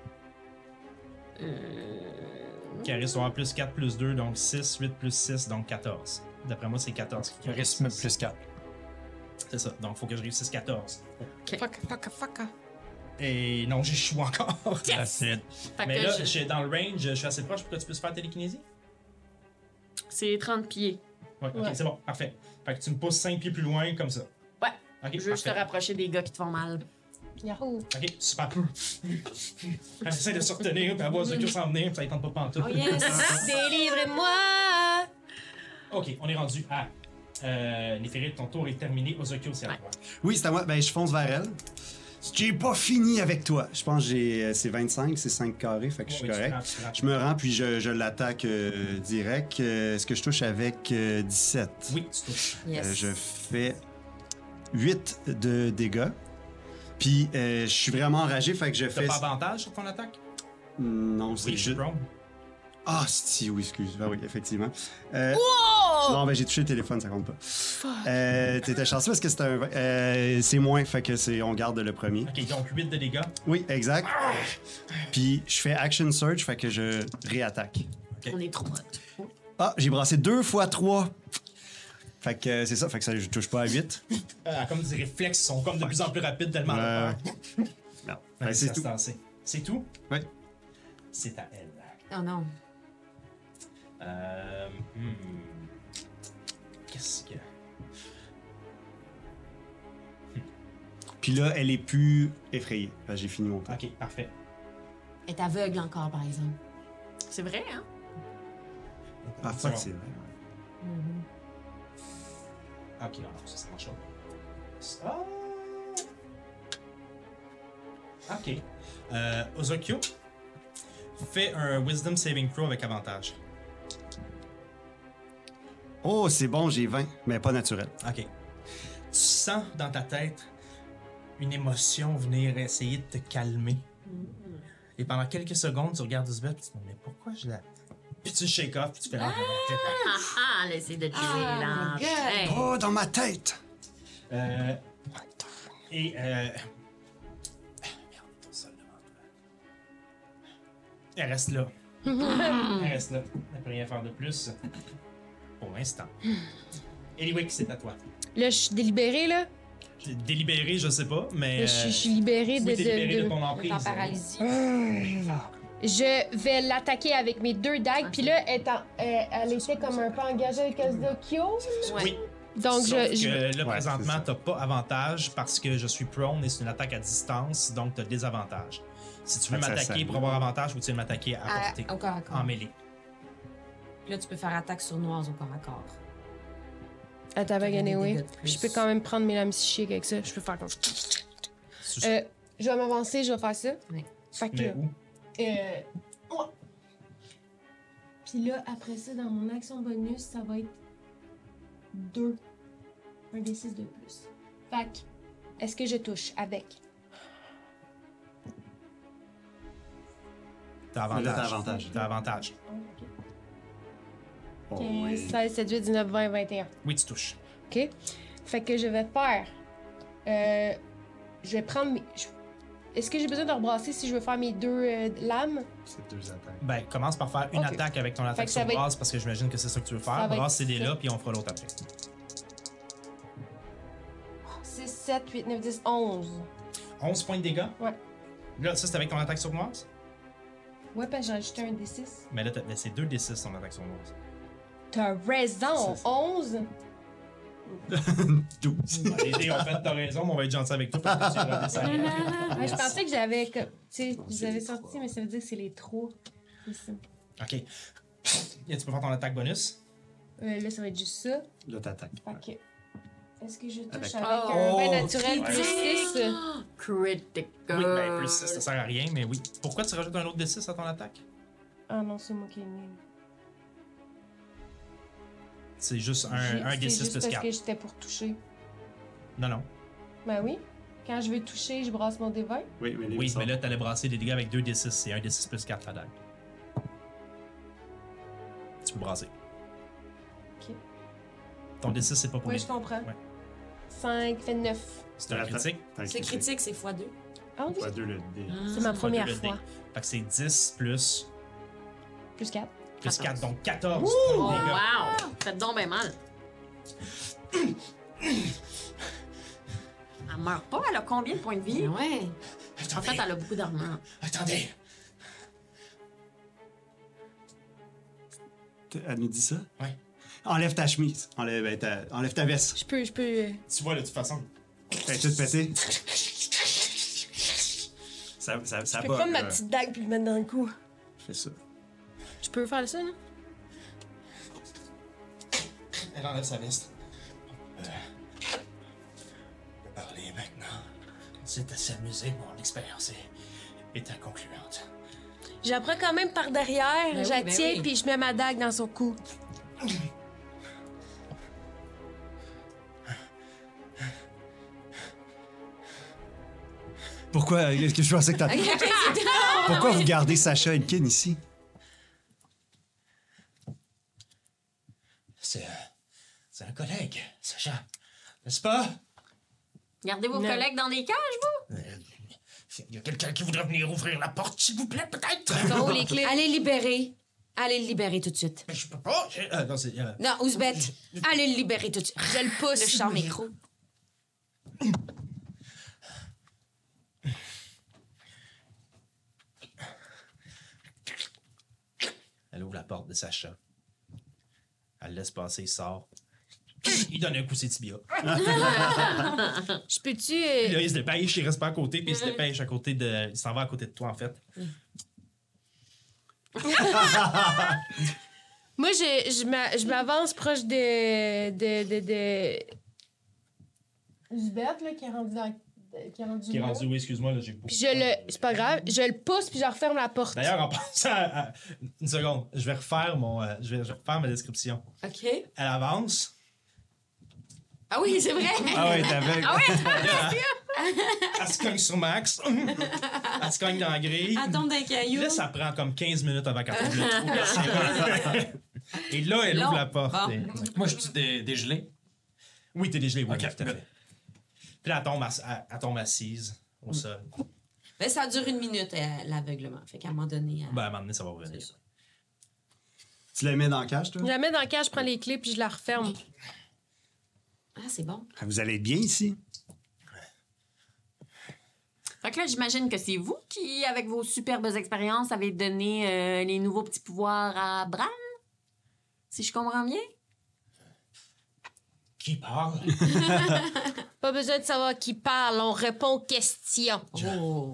Charisme doit avoir plus 4 plus 2, donc 6, 8 plus 6, donc 14. D'après moi, c'est 14. Charisme plus 4. C'est ça, donc faut que je réussisse 14. Fuck. Et non, j'échoue encore. That's it. Fait Mais que là, dans le range, je suis assez proche pour que tu puisses faire télékinésie? c'est 30 pieds. Ouais, ok, Ouais. c'est bon, parfait. Fait que tu me pousses 5 pieds plus loin, comme ça. Ouais. Ok, Je veux juste te parfait. rapprocher des gars qui te font mal. Yahoo! Ok, super. Elle essaie de se retenir, puis elle voit Zokyo s'en venir, puis ça ne tente pas pantoute. Oh yes! Délivrez-moi! Ok, on est rendu à. Néphérite, ton tour est terminé. Ozokyo, c'est à toi. Oui, c'est à moi. Ben, je fonce vers elle. J'ai pas fini avec toi. Je pense que c'est 25, c'est 5 carrés, fait que je suis Oui, tu correct. te rends, tu te rends. Je me rends, puis je l'attaque direct. Est-ce que je touche avec 17? Oui, tu touches. Yes. Je fais 8 de dégâts. Puis je suis vraiment enragé, fait que je T'as fais... pas avantage sur ton attaque? Non, c'est Oui, je juste... prone. Ah, si, oui, excuse. Ah oui, effectivement. Non, ben j'ai touché le téléphone, ça compte pas. T'étais chanceux parce que c'était un... c'est moins, fait que on garde le premier. Ok, donc 8 de dégâts. Oui, exact. Puis je fais Action Surge, fait que je réattaque. On est trop hot. Ah, j'ai brassé 2 fois 3. Fait que c'est ça, fait que ça, je touche pas à 8. Comme des réflexes sont comme de plus en plus rapides tellement de peur. Non. Ouais, Fait que c'est tout. C'est tout? Oui. C'est à elle. Oh non. Qu'est-ce que... Puis là, elle est plus effrayée. Fait que j'ai fini mon tour. Ok, parfait. Elle est aveugle encore, par exemple. C'est vrai, hein? Ah, fuck, c'est vrai. Ok, non, ça marche pas. Ok. Ozokyo, fais un Wisdom Saving Throw avec avantage. Oh, c'est bon, j'ai 20, mais pas naturel. Ok. Tu sens dans ta tête une émotion venir essayer de te calmer. Et pendant quelques secondes, tu regardes Ouzbeth et tu te dis, mais pourquoi je la... Puis tu shake off, puis tu fais... Ah ah, elle essaie de tuer là. my God. Hey. Oh, dans ma tête! Et merde, ton sol devant toi. Elle reste là. Elle reste là. Elle ne peut rien faire de plus. Pour l'instant. Anyway, c'est à toi. Là, je suis délibérée, là. Délibéré, je sais pas, mais. Là, je suis libérée oui, t'es libéré de ton Elle est emprise. en paralysie. Je vais l'attaquer avec mes 2 dagues, puis là, elle était comme un peu engagée avec Ozokyo. Oui. Donc, Sauf que là, Ouais, présentement, c'est ça. t'as pas avantage parce que je suis prone et c'est une attaque à distance, donc t'as désavantage. Si tu veux Fait que ça m'attaquer sert. pour avoir avantage, ou tu veux m'attaquer à portée, Au corps à corps. en mêlée. Là, tu peux faire attaque sournoise au corps à corps. Attends, avec Des anyway. dégâts de plus. Je peux quand même prendre mes lames psychiques avec ça. Je peux faire comme... Sous- Je vais m'avancer, je vais faire ça. Oui. Fait que... Mais où? Ouais. Puis là, après ça, dans mon action bonus, ça va être 2. Un D6 de plus. Fait que, est-ce que je touche avec? T'as Mais là, avantage. t'as avantage. Oh, 15, oui. 16, 17, 18, 19, 20, 21. Oui, tu touches. OK? Fait que je vais faire... je vais prendre mes... Est-ce que j'ai besoin de rebrasser si je veux faire mes 2 lames? C'est 2 attaques. Ben, commence par faire une Ok. attaque avec ton attaque que ça sur va être- brasse parce que j'imagine que c'est ça que tu veux Ça faire. va Brasse être ces dés-là, ça. puis on fera l'autre après. 6, 7, 8, 9, 10, 11. 11 points de dégâts. Ouais. Là, ça, c'est avec ton attaque sournoise. Ouais, parce que j'ai ajouté un D6. Mais là, c'est 2d6 ton attaque sournoise. T'as raison! C'est ça. 11? 12. Les dés ont fait, t'as raison, mais on va être gentil avec toi parce que tu vas descendre. Ouais, je pensais que j'avais... Tu sais, je les avais sortis, mais ça veut dire que c'est les 3. Ici. Ok. Et tu peux faire ton attaque bonus. Là, ça va être juste ça. Là, t'attaques. Fait que... Est-ce que je touche Avec- avec Oh, un vin naturel plus critique. 6? Critical. Oui, ben, plus 6, ça sert à rien, mais oui. Pourquoi tu rajoutes un autre d6 à ton attaque? Ah non, c'est moi qui ai mis. C'est juste un C'est d6 juste plus parce 4. que j'étais pour toucher. Non, non. Ben oui. Quand je veux toucher, je brasse mon D20. Oui, mais les Oui, sorts. mais là, t'allais brasser des dégâts avec 2d6. C'est un d6 plus 4 la dague. Tu peux brasser. Ok. Ton d6, c'est pas pour Oui, les... je comprends. Ouais. 5 fait 9. C'est un critique. C'est critique, c'est x2. Ah oui, Pas 2 le dé. c'est ma Pas première deux le dé. fois. Fait que c'est 10 plus Plus 4. 4, donc 14 Oh, points de dégâts. wow! Faites donc bien mal. Elle meurt pas, elle a combien de points de vie? Ouais. En fait, elle a beaucoup d'armure. Attendez. Elle nous dit ça? Ouais. Enlève ta chemise. Enlève ta veste. Je peux... Tu vois, là, de toute façon. Elle est toute pétée. Ça Je peux va. prendre ma petite dague puis le mettre dans le cou. Fais ça. Je peux faire ça, là? Elle enlève sa veste. On peut parler maintenant. C'est assez amusé, mon expérience est inconcluante. J'apprends quand même par derrière, Ben oui, je la ben tiens oui. puis je mets ma dague dans son cou. Pourquoi? Est-ce que je pensais que t'as... Pourquoi vous gardez Sacha Elkin ici? C'est un collègue, Sacha. N'est-ce pas? Gardez vos Non. collègues dans des cages, vous? Il y a quelqu'un qui voudrait venir ouvrir la porte, s'il vous plaît, peut-être? Ils ont où les clés? Allez le libérer. Allez le libérer tout de suite. Mais je peux pas. Non, c'est... Non, Ouzbet, allez le libérer tout de suite. Je le pousse. Le champ micro. Elle ouvre la porte de Sacha. Elle le laisse passer, il sort. Il donne un coup ses tibias. Je peux-tu... Puis là, il se dépêche, il reste pas à côté, puis il se dépêche à côté de... Il s'en va à côté de toi, en fait. Moi, je m'avance proche de... Uzbert, là, qui est rendu dans... Qui est rendu là. oui, excuse-moi, là, j'ai beaucoup... Puis je le... C'est pas grave. Je le pousse puis je referme la porte. D'ailleurs, en passant une seconde, je vais refaire je vais refaire ma description. OK. Elle avance. Ah oui, c'est vrai. Ah ouais, t'es aveugle. Elle se cogne sur Max. Elle se cogne dans la grille. Elle tombe d'un Puis caillou. là, ça prend comme 15 minutes avant qu'elle trouve le trou. Et là, elle ouvre Long. la porte. Bon. Et- Moi, je suis dégelé. Oui, t'es dégelé, oui, Ok, tout à fait. Puis là, elle tombe assise au sol. Ben, ça dure 1 minute, l'aveuglement. Fait qu'à un moment donné... Ben, à un moment donné, ça va revenir. c'est ça. Tu la mets dans la cage, toi? Je la mets dans le cage, je prends les clés puis je la referme. Ah, c'est bon. Ah, vous allez être bien ici? Fait que là, j'imagine que c'est vous qui, avec vos superbes expériences, avez donné les nouveaux petits pouvoirs à Bran? Si je comprends bien? Qui parle? Pas besoin de savoir qui parle, on répond aux questions. Oh.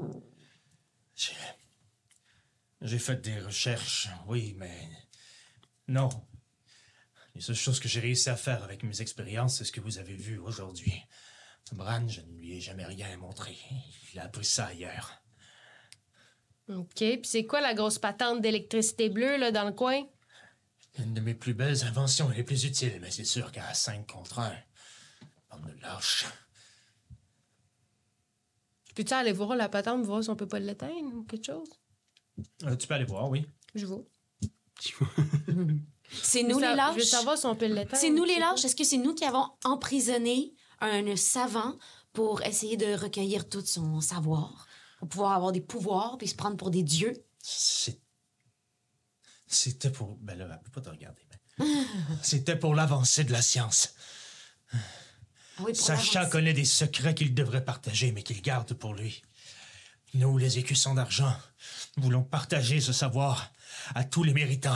J'ai fait des recherches, oui, mais non. Les seules choses que j'ai réussi à faire avec mes expériences, c'est ce que vous avez vu aujourd'hui. Bran, je ne lui ai jamais rien montré. Il a appris ça ailleurs. OK, puis c'est quoi la grosse patente d'électricité bleue, là, dans le coin? Une de mes plus belles inventions et les plus utiles, mais c'est sûr qu'à 5 contre 1, Bande de lâches. Peux-tu aller voir la patente, voir si on peut pas l'éteindre ou quelque chose? Tu peux aller voir, oui. Je vais. C'est nous les Je veux lâches. savoir si on peut l'éteindre. C'est nous les lâches. Est-ce que c'est nous qui avons emprisonné un savant pour essayer de recueillir tout son savoir, pour pouvoir avoir des pouvoirs puis se prendre pour des dieux? C'était pour... Ben là, elle peut pas te regarder. Mais... C'était pour l'avancée de la science. Ah oui, pour Sacha l'avancer. connaît des secrets qu'il devrait partager, mais qu'il garde pour lui. Nous, les écussons d'argent, voulons partager ce savoir à tous les méritants.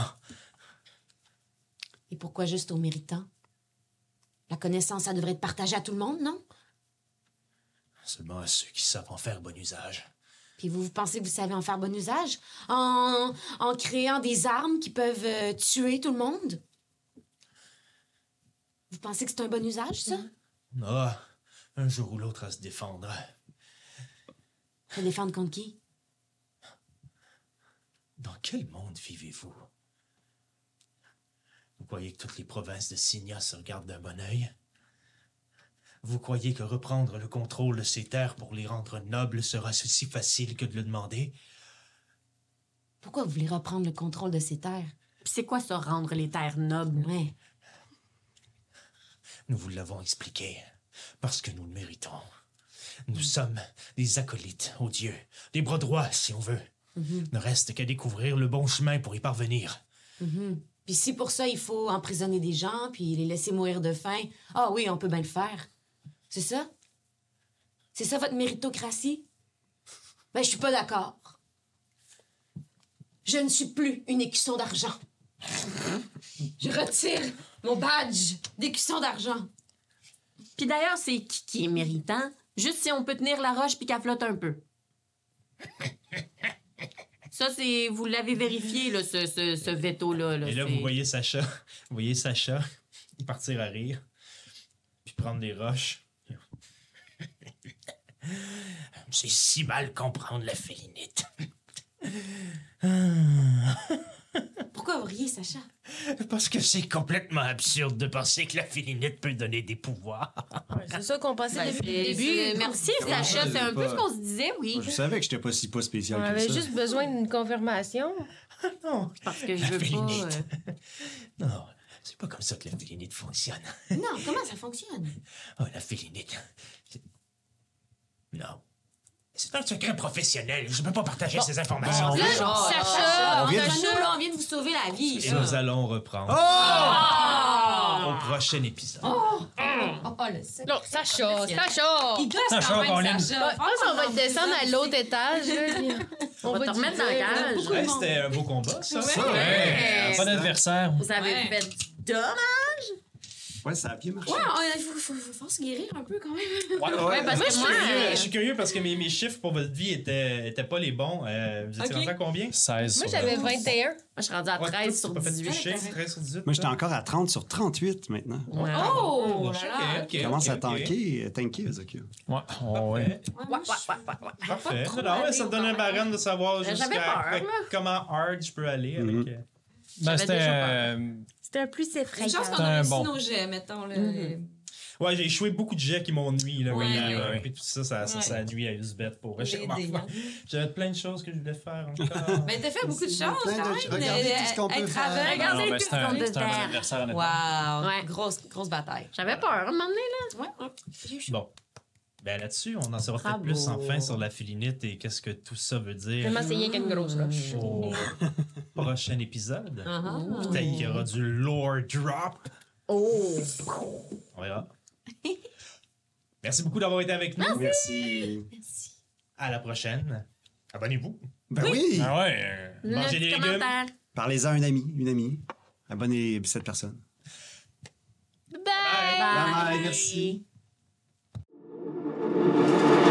Et pourquoi juste aux méritants? La connaissance, ça devrait être partagé à tout le monde, non? Seulement à ceux qui savent en faire bon usage. Puis vous pensez que vous savez en faire bon usage? En créant des armes qui peuvent tuer tout le monde? Vous pensez que c'est un bon usage, ça? Ah, un jour ou l'autre à se défendre. Se défendre contre qui? Dans quel monde vivez-vous? Vous croyez que toutes les provinces de Signa se regardent d'un bon œil? Vous croyez que reprendre le contrôle de ces terres pour les rendre nobles sera aussi facile que de le demander? Pourquoi vous voulez reprendre le contrôle de ces terres? Puis c'est quoi ça, rendre les terres nobles? Ouais. Nous vous l'avons expliqué, parce que nous le méritons. Nous sommes des acolytes aux dieux, des bras droits, si on veut. Ne reste qu'à découvrir le bon chemin pour y parvenir. Puis si pour ça, il faut emprisonner des gens puis les laisser mourir de faim, ah oui, on peut bien le faire. C'est ça? C'est ça votre méritocratie? Ben, je suis pas d'accord. Je ne suis plus une écusson d'argent. Je retire mon badge d'écusson d'argent. Puis d'ailleurs, c'est qui est méritant? Juste si on peut tenir la roche puis qu'elle flotte un peu. Ça, c'est... Vous l'avez vérifié, là, ce veto-là. Là, Et là, c'est- vous voyez Sacha partir à rire, puis prendre des roches. C'est si mal comprendre la félinite. Pourquoi vous riez, Sacha? Parce que c'est complètement absurde de penser que la félinite peut donner des pouvoirs. C'est ça qu'on pensait Ben, depuis le c'est- début. Merci, Comment Sacha. ça, C'est un j'ai peu pas- ce qu'on se disait, oui. Je savais que j'étais pas spécial On que avait ça. juste besoin d'une confirmation. Non, Parce que je veux félinite. pas... non, c'est pas comme ça que la félinite fonctionne. Non, comment ça fonctionne? Oh, la félinite. Non. C'est un secret professionnel. Je peux pas partager ces informations. ben, Sacha! On vient de- Entre nous, là, on vient de vous sauver la vie. là. Nous allons reprendre au prochain épisode. Oh, le sec. Non, Sacha! Il gosse Sacha, quand même, Pauline. Sacha. Je pense qu'on va descendre à l'autre étage. Là, puis On va te remettre dans la cage. Ouais, c'était un beau combat, ça. Ouais, pas d'adversaire. Vous avez Ouais. fait du dommage. Ouais, ça a bien marché. Ouais, il faut se guérir un peu quand même. Ouais, parce que moi, je suis curieux parce que mes chiffres pour votre vie étaient pas les bons. Vous étiez Ok. rendu à combien? 16 Moi, sur j'avais 20. 21. Moi, je suis rendue à Ouais, 13 toi, sur t'as pas fait de 18. chiffres, 13 sur 18. Moi, j'étais encore à 30 sur 38 maintenant. Ouais. Oh! Ok, ok, Je commence ok, à ok. tanker, Ozokyo. Ouais, oh, ouais. Parfait. Non, mais ça te donne un barème de savoir J'avais jusqu'à peur, là. comment hard je peux aller avec. Mhm. Ben, J'avais c'était. déjà peur. C'était un plus Une effrayant. chance qu'on C'est a un réussi bon. nos jets, mettons. Là. Ouais, j'ai échoué beaucoup de jets qui m'ont nuit. Là, Ouais, oui, ouais. Puis tout ça, ça a nuit à Usbet pour J'ai aidé, hein. J'avais plein de choses que je voulais faire encore. Mais t'as fait beaucoup de choses, Plein de quand choses. même. Regardez tout ce qu'on peut Être faire. aveugle. Regardez Non, mais tout c'était un, ce qu'on peut c'était un bon faire. adversaire, honnêtement. Wow! Ouais. Grosse bataille. J'avais peur, à un moment donné, là. Bon. Ben là-dessus, on en saura peut-être Bravo. plus enfin sur la félinite et qu'est-ce que tout ça veut dire Vraiment, c'est rien qu'une grosse roche. au prochain épisode. Uh-huh. Peut-être qu'il y aura du lore drop. Oh! On verra. Merci beaucoup d'avoir été avec nous. Merci. À la prochaine. Abonnez-vous. Ben oui! Ah ouais. Mangez des légumes. Commentaire. Parlez-en à un ami, une amie. Abonnez cette personne. Bye! Bye bye, merci.